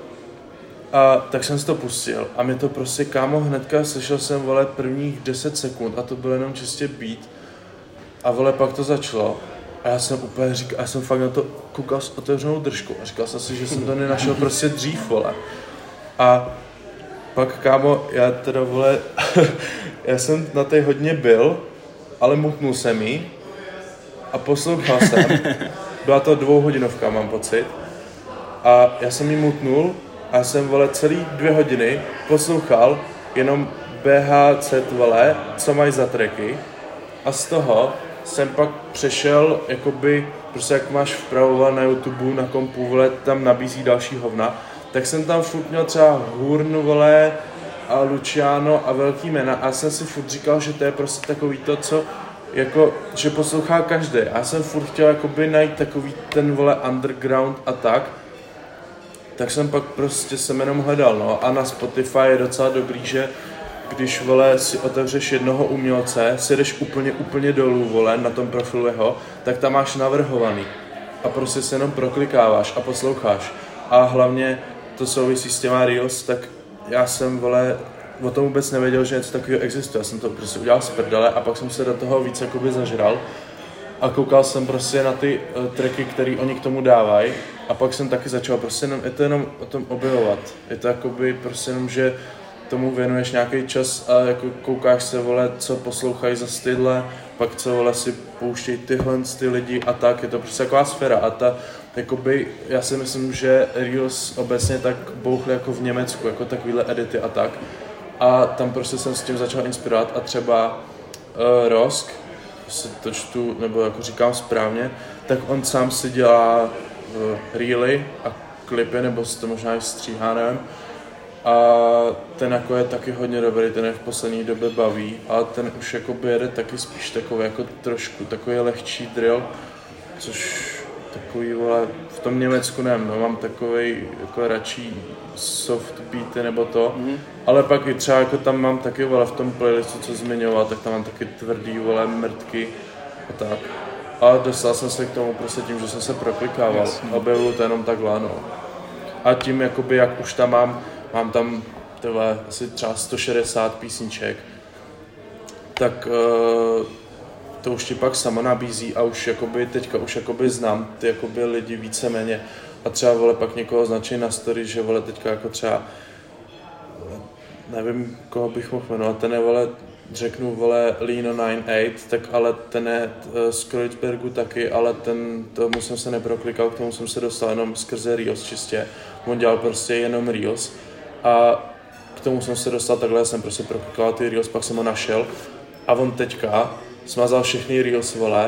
A tak jsem si to pustil a mě to prostě, kámo, hnedka slyšel jsem, vole, prvních deset sekund a to byl jenom čistě beat. A vole, pak to začalo. A já jsem úplně říkal, já jsem fakt na to koukal s otevřenou držkou a říkal jsem si, že jsem to nenašel prostě dřív, vole. A pak, kámo, já teda, vole, já jsem na té hodně byl, ale mutnul jsem jí a poslouchal jsem. Byla to dvouhodinovka, mám pocit. A já jsem jí mutnul a já jsem, vole, celý dvě hodiny poslouchal jenom B H C, vole, co mají za tracky. A z toho jsem pak přešel, jakoby, prostě jak máš vpravo na YouTube, na kompu, vole, tam nabízí další hovna, tak jsem tam furt měl třeba Hurn, vole, a Luciano a velký jména a jsem si furt říkal, že to je prostě takový to, co, jako, že poslouchá každý. A já jsem furt chtěl, jakoby, najít takový ten, vole, underground a tak, tak jsem pak prostě jsem jenom hledal, no, a na Spotify je docela dobrý, že když, vole, si otevřeš jednoho umělce, si jdeš úplně, úplně dolů, vole, na tom profilu jeho, tak tam máš navrhovaný. A prostě se jenom proklikáváš a posloucháš. A hlavně to souvisí s těma Reels, tak já jsem, vole, o tom vůbec nevěděl, že něco takového existuje. Já jsem to prostě udělal z prdele a pak jsem se do toho víc jakoby zažral. A koukal jsem prostě na ty uh, tracky, které oni k tomu dávají. A pak jsem taky začal prostě jenom, je to jenom o tom objevovat. Je to jakoby prostě jenom, že tomu věnuješ nějaký čas a jako koukáš se, vole, co poslouchají za style, pak co, vole, si pouštějí tyhle ty lidi a tak, je to prostě taková sféra a ta, jakoby, já si myslím, že Reels obecně tak bouchly jako v Německu, jako takovýhle edity a tak a tam prostě jsem s tím začal inspirovat a třeba uh, Rosk, se to čtu, nebo jako říkám správně, tak on sám si dělá uh, reely a klipy, nebo si to možná i stříhá, nevím. A ten jako je taky hodně dobrý, ten je v poslední době baví a ten už jako jede taky spíš takový jako trošku, takový lehčí drill, což takový, vole, v tom Německu nevím, no, mám takovej jako radši soft beaty nebo to, mm. ale pak i třeba jako tam mám taky, vole, v tom playlistu, co zmiňoval, tak tam mám taky tvrdý, vole, mrtky a tak. A dostal jsem se k tomu prostě tím, že jsem se proklikával yes. a objevuju to jenom takhle, no. A tím, jakoby, jak už tam mám, mám tam tyhle, asi třeba sto šedesát písniček, tak uh, to už ti pak sama nabízí a už jakoby, teďka už jakoby znám ty jakoby lidi víceméně a třeba, vole, pak někoho označí na story, že, vole, teďka jako třeba, nevím, koho bych mohl jmenovat, ten je, vole, řeknu, vole, Lino nine eight, tak ale ten je uh, z Kreuzbergu taky, ale ten, tomu jsem se neproklikal, k tomu jsem se dostal jenom skrze Reels čistě, on dělal prostě jenom Reels. A k tomu jsem se dostal takhle, jsem prostě proklikal ty reels, pak jsem ho našel a on teďka smazal všechny reels, vole,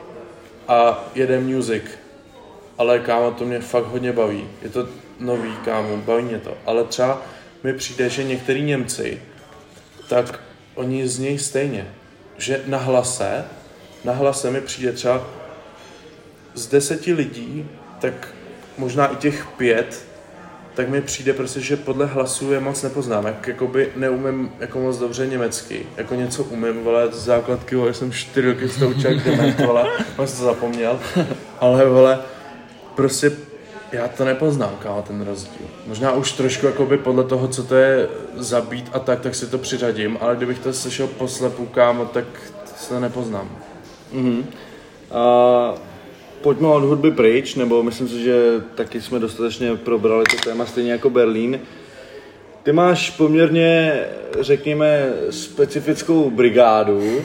a jede music. Ale kámo, to mě fakt hodně baví. Je to nový, kámo, baví mě to. Ale třeba mi přijde, že některý Němci, tak oni z něj stejně. Že na hlase, na hlase mi přijde třeba z deseti lidí, tak možná i těch pět, tak mi přijde prostě, že podle hlasu je moc nepoznám. Jak jakoby neumím jako moc dobře německy. Jako něco umím, vole, z základky, vole, jsem čtyři roky z toho učil, dement, vole, mám si to zapomněl. Ale, vole, prostě já to nepoznám, kámo, ten rozdíl. Možná už trošku jakoby podle toho, co to je za beat a tak, tak si to přiřadím, ale kdybych to slyšel poslepu, kámo, tak to nepoznám. Mhm. A pojďme od hudby pryč, nebo myslím si, že taky jsme dostatečně probrali to téma stejně jako Berlín. Ty máš poměrně, řekněme, specifickou brigádu.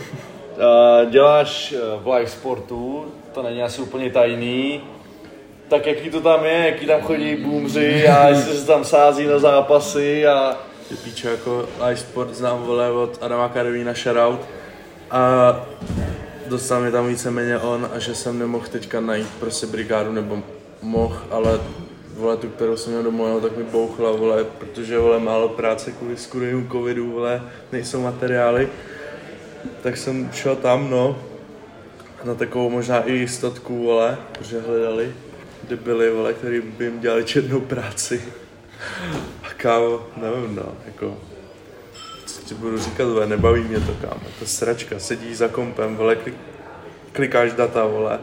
Děláš v live sportu, to není asi úplně tajný. Tak jaký to tam je, jaký tam chodí boomři a jestli se tam sází na zápasy a... Ty píče, jako live sport znám, vole, od Adama Karolína shoutout. A dostal mi tam víceméně on a že jsem nemohl teďka najít prostě brigádu, nebo mohl, ale vole, tu, kterou jsem měl domů, tak mi bouchla, vole, protože, vole, málo práce kvůli skurvému covidu, vole, nejsou materiály. Tak jsem šel tam, no, na takovou možná i jistotku, vole, protože hledali debily, vole, který by jim dělali černou práci. A kámo, nevím, no, jako, co ti budu říkat, vole, nebaví mě to, kámo, to sračka, sedíš za kompem, vole, klik, klikáš data, vole.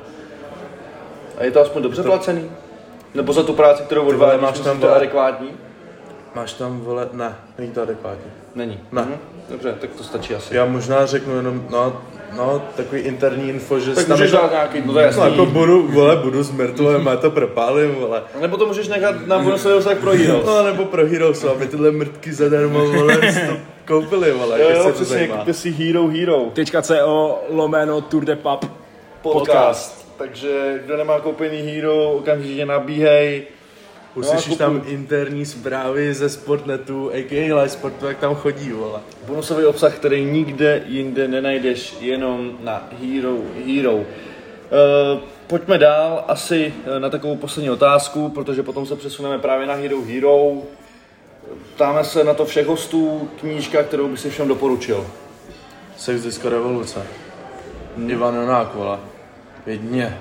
A je to aspoň dobře to... placený? Nebo za tu práci, kterou odvádíš, máš tam to adekvátní? Máš tam, vole, ne, není to adekvátní. Není? Ne. Mhm. Dobře, tak to stačí asi. Já možná řeknu jenom, no, no, takový interní info, že... Tak můžeš dát nějaký, no to je jasný. No, jako budu, vole, budu s mrtvem, já to propálím, vole. A nebo to můžeš nechat na bonusového tak pro Heroes. No, nebo pro Heroes, aby tyhle mrtky zadarmo, vole, to koupili, vole, jo, jo, přesně, kupte si Hero Hero. Tečka co lomeno Tour de Pub podcast. podcast. Takže kdo nemá koupený Hero, okamžitě nabíhej. Uslyšíš no, tam interní zprávy ze Sportnetu, a k a. Live Sportu, jak tam chodí, vole. Bonusový obsah, který nikde jinde nenajdeš, jenom na Hero Hero. Uh, pojďme dál asi na takovou poslední otázku, protože potom se přesuneme právě na Hero Hero. Ptáme se na to všech hostů, knížka, kterou by si všem doporučil. Sex Disco Revoluce. Hmm. Ivan Jonák, vole. Jedně.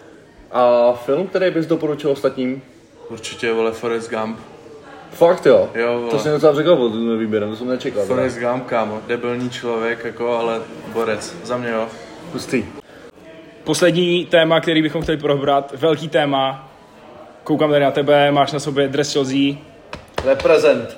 A film, který bys doporučil ostatním? Určitě, vole, Forrest Gump. Fakt jo? Jo, vole. To jsem docela řekl o tom výběrem, to jsem nečekal. Forrest Gump, kámo, debilní člověk, jako, ale borec, za mě jo. Pustý. Poslední téma, který bychom chtěli probrat, velký téma. Koukám tady na tebe, máš na sobě dres Chelsea. Reprezent.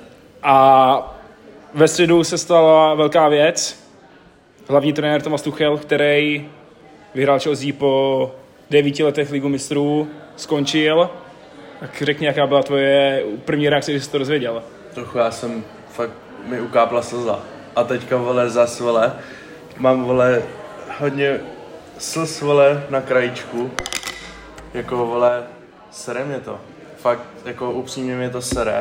A ve středu se stala velká věc. Hlavní trenér Thomas Tuchel, který vyhrál Chelsea po devíti letech Ligu mistrů, skončil. Tak řekni, jaká byla tvoje první reakce, když jsi to dozvěděl. Trochu já jsem, fakt mi ukápla slza. A teďka, vole, zas, vole, mám, vole, hodně slz, vole, na krajičku. Jako, vole, sere mě to. Fakt, jako, upřímně mě to sere.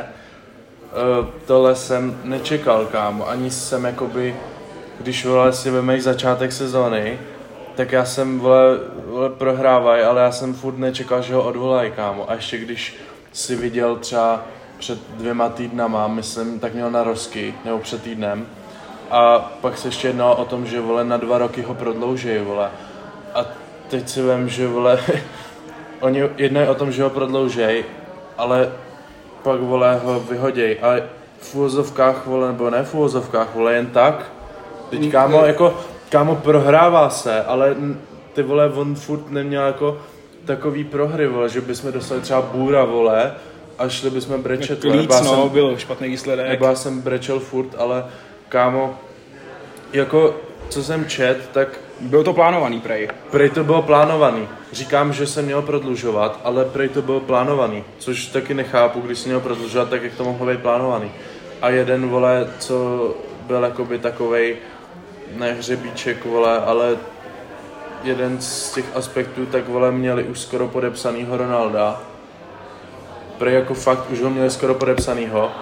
Uh, tohle jsem nečekal, kámo. Ani jsem, jakoby, když, vole, si vemeš začátek sezóny, tak já jsem, vole, vole prohrávaj, ale já jsem furt nečekal, že ho odvolají, kámo. A ještě když si viděl třeba před dvěma týdnama, myslím, tak měl na rozky, nebo před týdnem. A pak se ještě jednalo o tom, že, vole, na dva roky ho prodlouží, vole. A teď si vem, že, vole, oni jednají o tom, že ho prodlouží, ale pak, vole, ho vyhoděj. A v úvozovkách, vole, nebo ne v úvozovkách, vole, jen tak. Teď, kámo, jako... Kámo, prohrává se, ale ty, vole, on furt neměl jako takový prohry, vole, že bychom dostali třeba bůra, vole, a šli bychom brečet, vole. Líc, no, jsem, byl špatný výsledek. Nebo já jsem brečel furt, ale kámo, jako, co jsem čet, tak... Bylo to plánovaný, prej. Prej to bylo plánovaný. Říkám, že jsem měl prodlužovat, ale prej to bylo plánovaný, což taky nechápu, když jsem měl prodlužovat, tak jak to mohlo být plánovaný. A jeden, vole, co byl jakoby takovej, ne hřebíček, vole, ale jeden z těch aspektů, tak, vole, měli už skoro podepsanýho Ronalda. Prej jako fakt už ho měli skoro podepsanýho.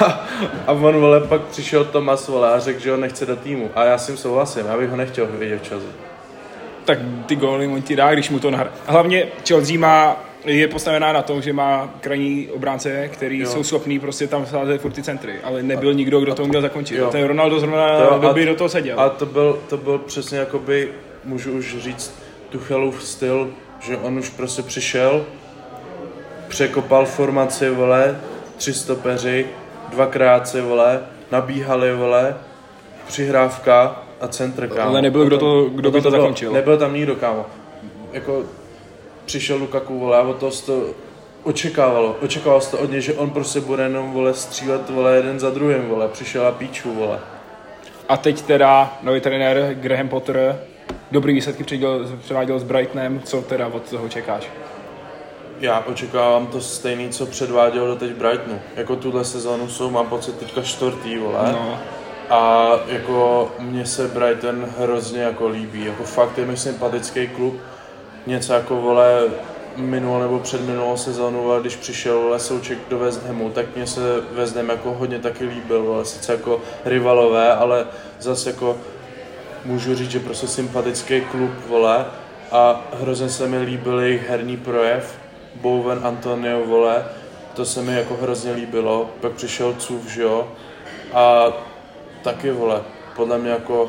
a on, vole, pak přišel Thomas, vole, a řekl, že ho nechce do týmu. A já s tím souhlasím, já bych ho nechtěl vidět v Chelsea. Tak ty góly on ti dá, když mu to nahrá. Hlavně Chelsea má, je postavená na tom, že má krajní obránce, který jo. jsou schopní prostě tam sázet furt ty centry, ale nebyl a, nikdo, kdo to uměl zakončit. Jo. Ten Ronaldo zrovna doby do toho seděl. A to byl, to byl přesně jakoby, můžu už říct, Tuchelův styl, že on už prostě přišel, překopal formaci, vole, tři stopeři, dva krátci, vole, nabíhali, vole, přihrávka a centr, kámo. Ale nebyl kdo, to, kdo by to, to zakončil. Nebyl tam nikdo, kámo. Jako přišel Lukaku, vole, a od toho to očekávalo. Očekával to od něj, že on prostě bude jenom, vole, střílet, vole, jeden za druhým, vole. Přišel a píču, vole. A teď teda nový trenér Graham Potter dobrý výsledky předváděl s Brightonem. Co teda od toho čekáš? Já očekávám to stejný, co předváděl doteď Brightonu. Jako tuhle sezónu jsou, mám pocit, teďka čtvrtý, vole. No. A jako mně se Brighton hrozně jako líbí. Jako fakt je mi sympatický klub. Něco jako, vole, minulou nebo předminulou sezónu, vole, když přišel, vole, Souček do West Hamu, tak mně se West Ham jako hodně taky líbil, vole. Sice jako rivalové, ale zase jako můžu říct, že prostě sympatický klub, vole. A hrozně se mi líbil jejich herní projev. Bowen, Antonio, vole, to se mi jako hrozně líbilo. Pak přišel Cuf, že jo. A taky, vole, podle mě jako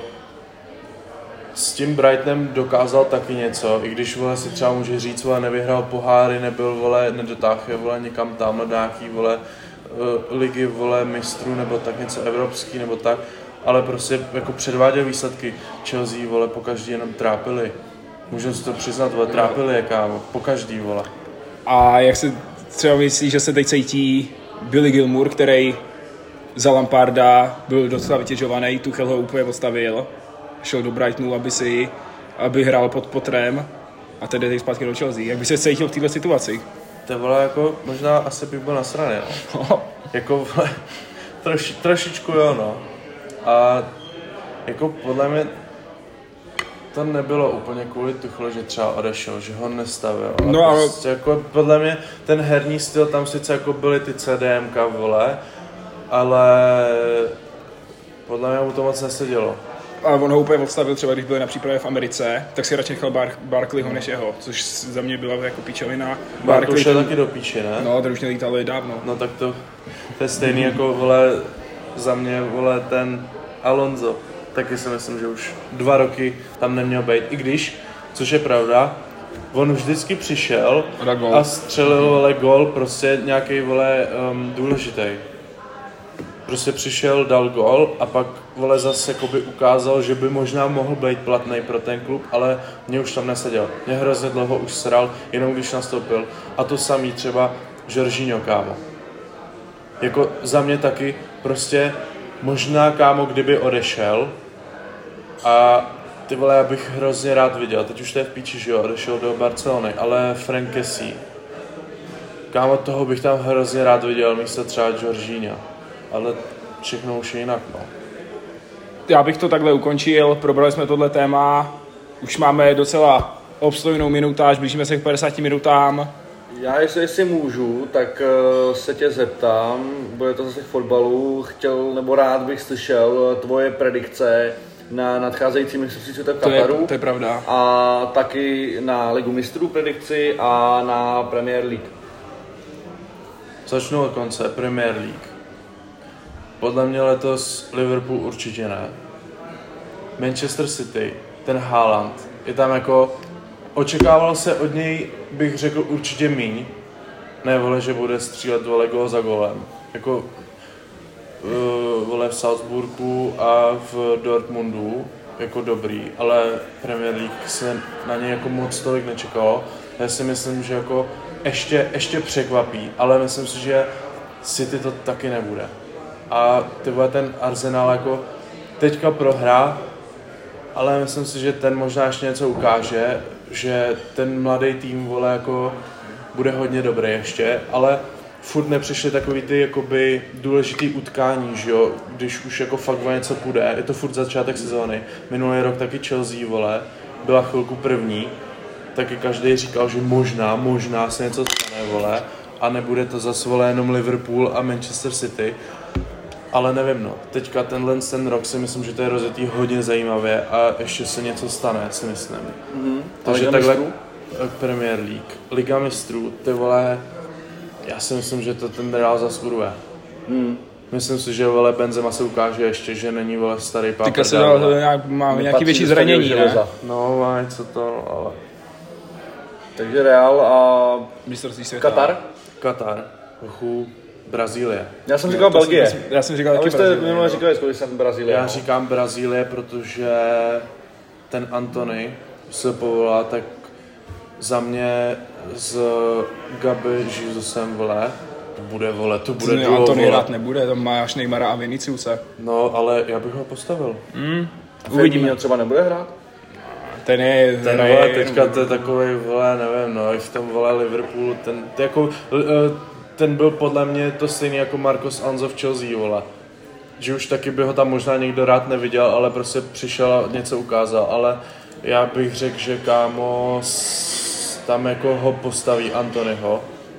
s tím Brightonem dokázal taky něco, i když, vole, si třeba může říct, vole, nevyhrál poháry, nebyl, vole, nedotáhl je, vole, někam tam na nějaký, vole, ligy, vole, mistrů, nebo tak něco evropský, nebo tak, ale prostě jako předváděl výsledky. Chelsea, vole, pokaždý jenom trápili. Můžeme si to přiznat, vole, trápili je, kámo, pokaždý, vole. A jak se třeba myslí, že se teď cítí Billy Gilmour, který za Lamparda byl docela vytěžovaný, Tuchel ho úplně postavil, šel do Brightonu, aby si, aby hrál pod Potterem a tedy teď zpátky do Chelsea. Jak by se cítil v této situaci? To bylo jako, možná asi bych byl nasraný, no. Jako, troši, trošičku jo, no. A jako podle mě to nebylo úplně kvůli Tuchelu, že třeba odešel, že ho nestavil. No, ale prostě jako podle mě ten herní styl, tam sice jako byly ty C D M ka, vole, ale podle mě mu to moc nesedělo. A on ho úplně odstavil, třeba když byl na přípravě v Americe, tak si radši nechal Bar- Barkleyho než jeho, což za mě byla jako píčovina. Barkley už je taky do píči, ne? No, ten už nelítal dávno. No tak to, to je stejný mm. jako, vole, za mě, vole, ten Alonso. Taky si myslím, že už dva roky tam neměl být, i když, což je pravda, on už vždycky přišel a, a střelil, vole, gól, prostě nějaký, vole, um, důležitý. Prostě přišel, dal gól a pak, vole, zase jakoby ukázal, že by možná mohl být platný pro ten klub, ale mě už tam neseděl. Mě hrozně dlouho už sral, jenom když nastoupil. A to samý třeba Jorginho, kámo. Jako za mě taky prostě možná, kámo, kdyby odešel a ty, vole, já bych hrozně rád viděl, teď už to je v píči, že jo, odešel do Barcelony, ale Frank Kessie, kámo, toho bych tam hrozně rád viděl místo třeba Jorginha, ale všechno už je jinak, no. Já bych to takhle ukončil, probrali jsme tohle téma, už máme docela obstojnou minutáž, blížíme se k padesáti minutám. Já, jestli, jestli můžu, tak uh, se tě zeptám, bude to zase k fotbalu, chtěl nebo rád bych slyšel tvoje predikce na nadcházející mistrovství světa v Kataru. To je, to je pravda. A taky na Ligu mistrů predikci a na Premier League. Začnu od konce, Premier League. Podle mě letos Liverpool určitě ne. Manchester City, ten Haaland, je tam jako... Očekával se od něj, bych řekl, určitě míň. Ne, vole, že bude střílet, vole, gól za golem. Jako, uh, vole, v Salzburgu a v Dortmundu, jako dobrý, ale Premier League se na něj jako moc tolik nečekalo. Já si myslím, že jako ještě, ještě překvapí, ale myslím si, že City to taky nebude. A ty vole, ten Arsenal jako teďka prohrá, ale myslím si, že ten možná ještě něco ukáže, že ten mladý tým, vole, jako bude hodně dobrý ještě, ale furt nepřišly takový ty jakoby důležitý utkání, že jo, když už jako fakt o něco půjde, je to furt začátek sezóny. Minulý rok taky Chelsea, vole, byla chvilku první, taky každý říkal, že možná, možná se něco stane, vole, a nebude to zase, vole, jenom Liverpool a Manchester City. Ale nevím, no. Teďka tenhle ten rok si myslím, že to je rozjetý hodně zajímavě a ještě se něco stane, si myslím. Mm-hmm. Takže takhle Premier League, Liga mistrů, ty vole, já si myslím, že to ten Real zaskuruje. Mm. Myslím si, že vole Benzema se ukáže ještě, že není vole starý pápr. Teďka se nějak, má nějaký větší zranění, ne? No, má něco to, ale... Takže Real a mistrovství světa. Katar? Katar, Chu, Brazílie. Já jsem říkal Belgie. Jsem, já jsem říkal taky Brazílie. Vy jste minule no. říkali, kolik jsem Brazílie. Já říkám Brazílie, protože ten Antony se povolá, tak za mě s Gabi Jesusem, vole, to bude, vole, to bude duo, Antony hrát nebude, tam má až Neymara a Viniciuse. No, ale já bych ho postavil. Mm, uvidíme. Třeba nebude hrát? Ten je... Ten, ten vole, teďka to je takovej, vole, nevím, no, i v tom, vole, Liverpoolu, ten, to jako, ten byl podle mě to stejný jako Marcos Alonso v Chelsea, vole. Že už taky by ho tam možná někdo rád neviděl, ale prostě přišel a něco ukázal, ale já bych řekl, že kámo tam jako ho postaví Antonyho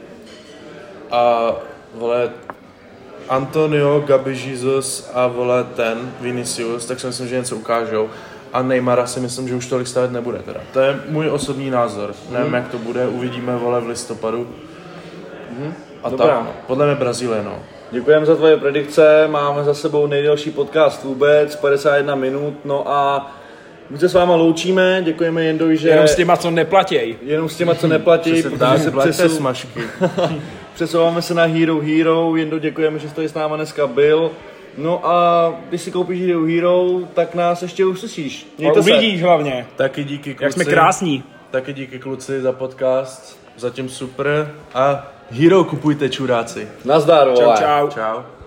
a vole Antonio, Gabi Jesus a vole ten Vinicius, tak si myslím, že něco ukážou a Neymara si myslím, že už tolik stavět nebude teda. To je můj osobní názor, nevím mm. jak to bude, uvidíme vole v listopadu mm. a tak, podle mě Brazílie, no. Děkujeme za tvoje predikce, máme za sebou nejdelší podcast vůbec, padesát jedna minut, no a my se s váma loučíme, děkujeme Jendovi, že... Jenom s těma, co neplatěj. Jenom s těma, co neplatěj, protože se přesou... smažky. Přesouváme se na Hero Hero, Jendo, děkujeme, že jsi tady s náma dneska byl. No a když si koupíš Hero Hero, tak nás ještě uslyšíš. Mějte se. Uvidíš hlavně. Taky díky kluci. Jak jsme krásní. Taky díky kluci za podcast, zatím super a Hero kupujte čuráci. Nazdar, vole. Čau, čau. Čau.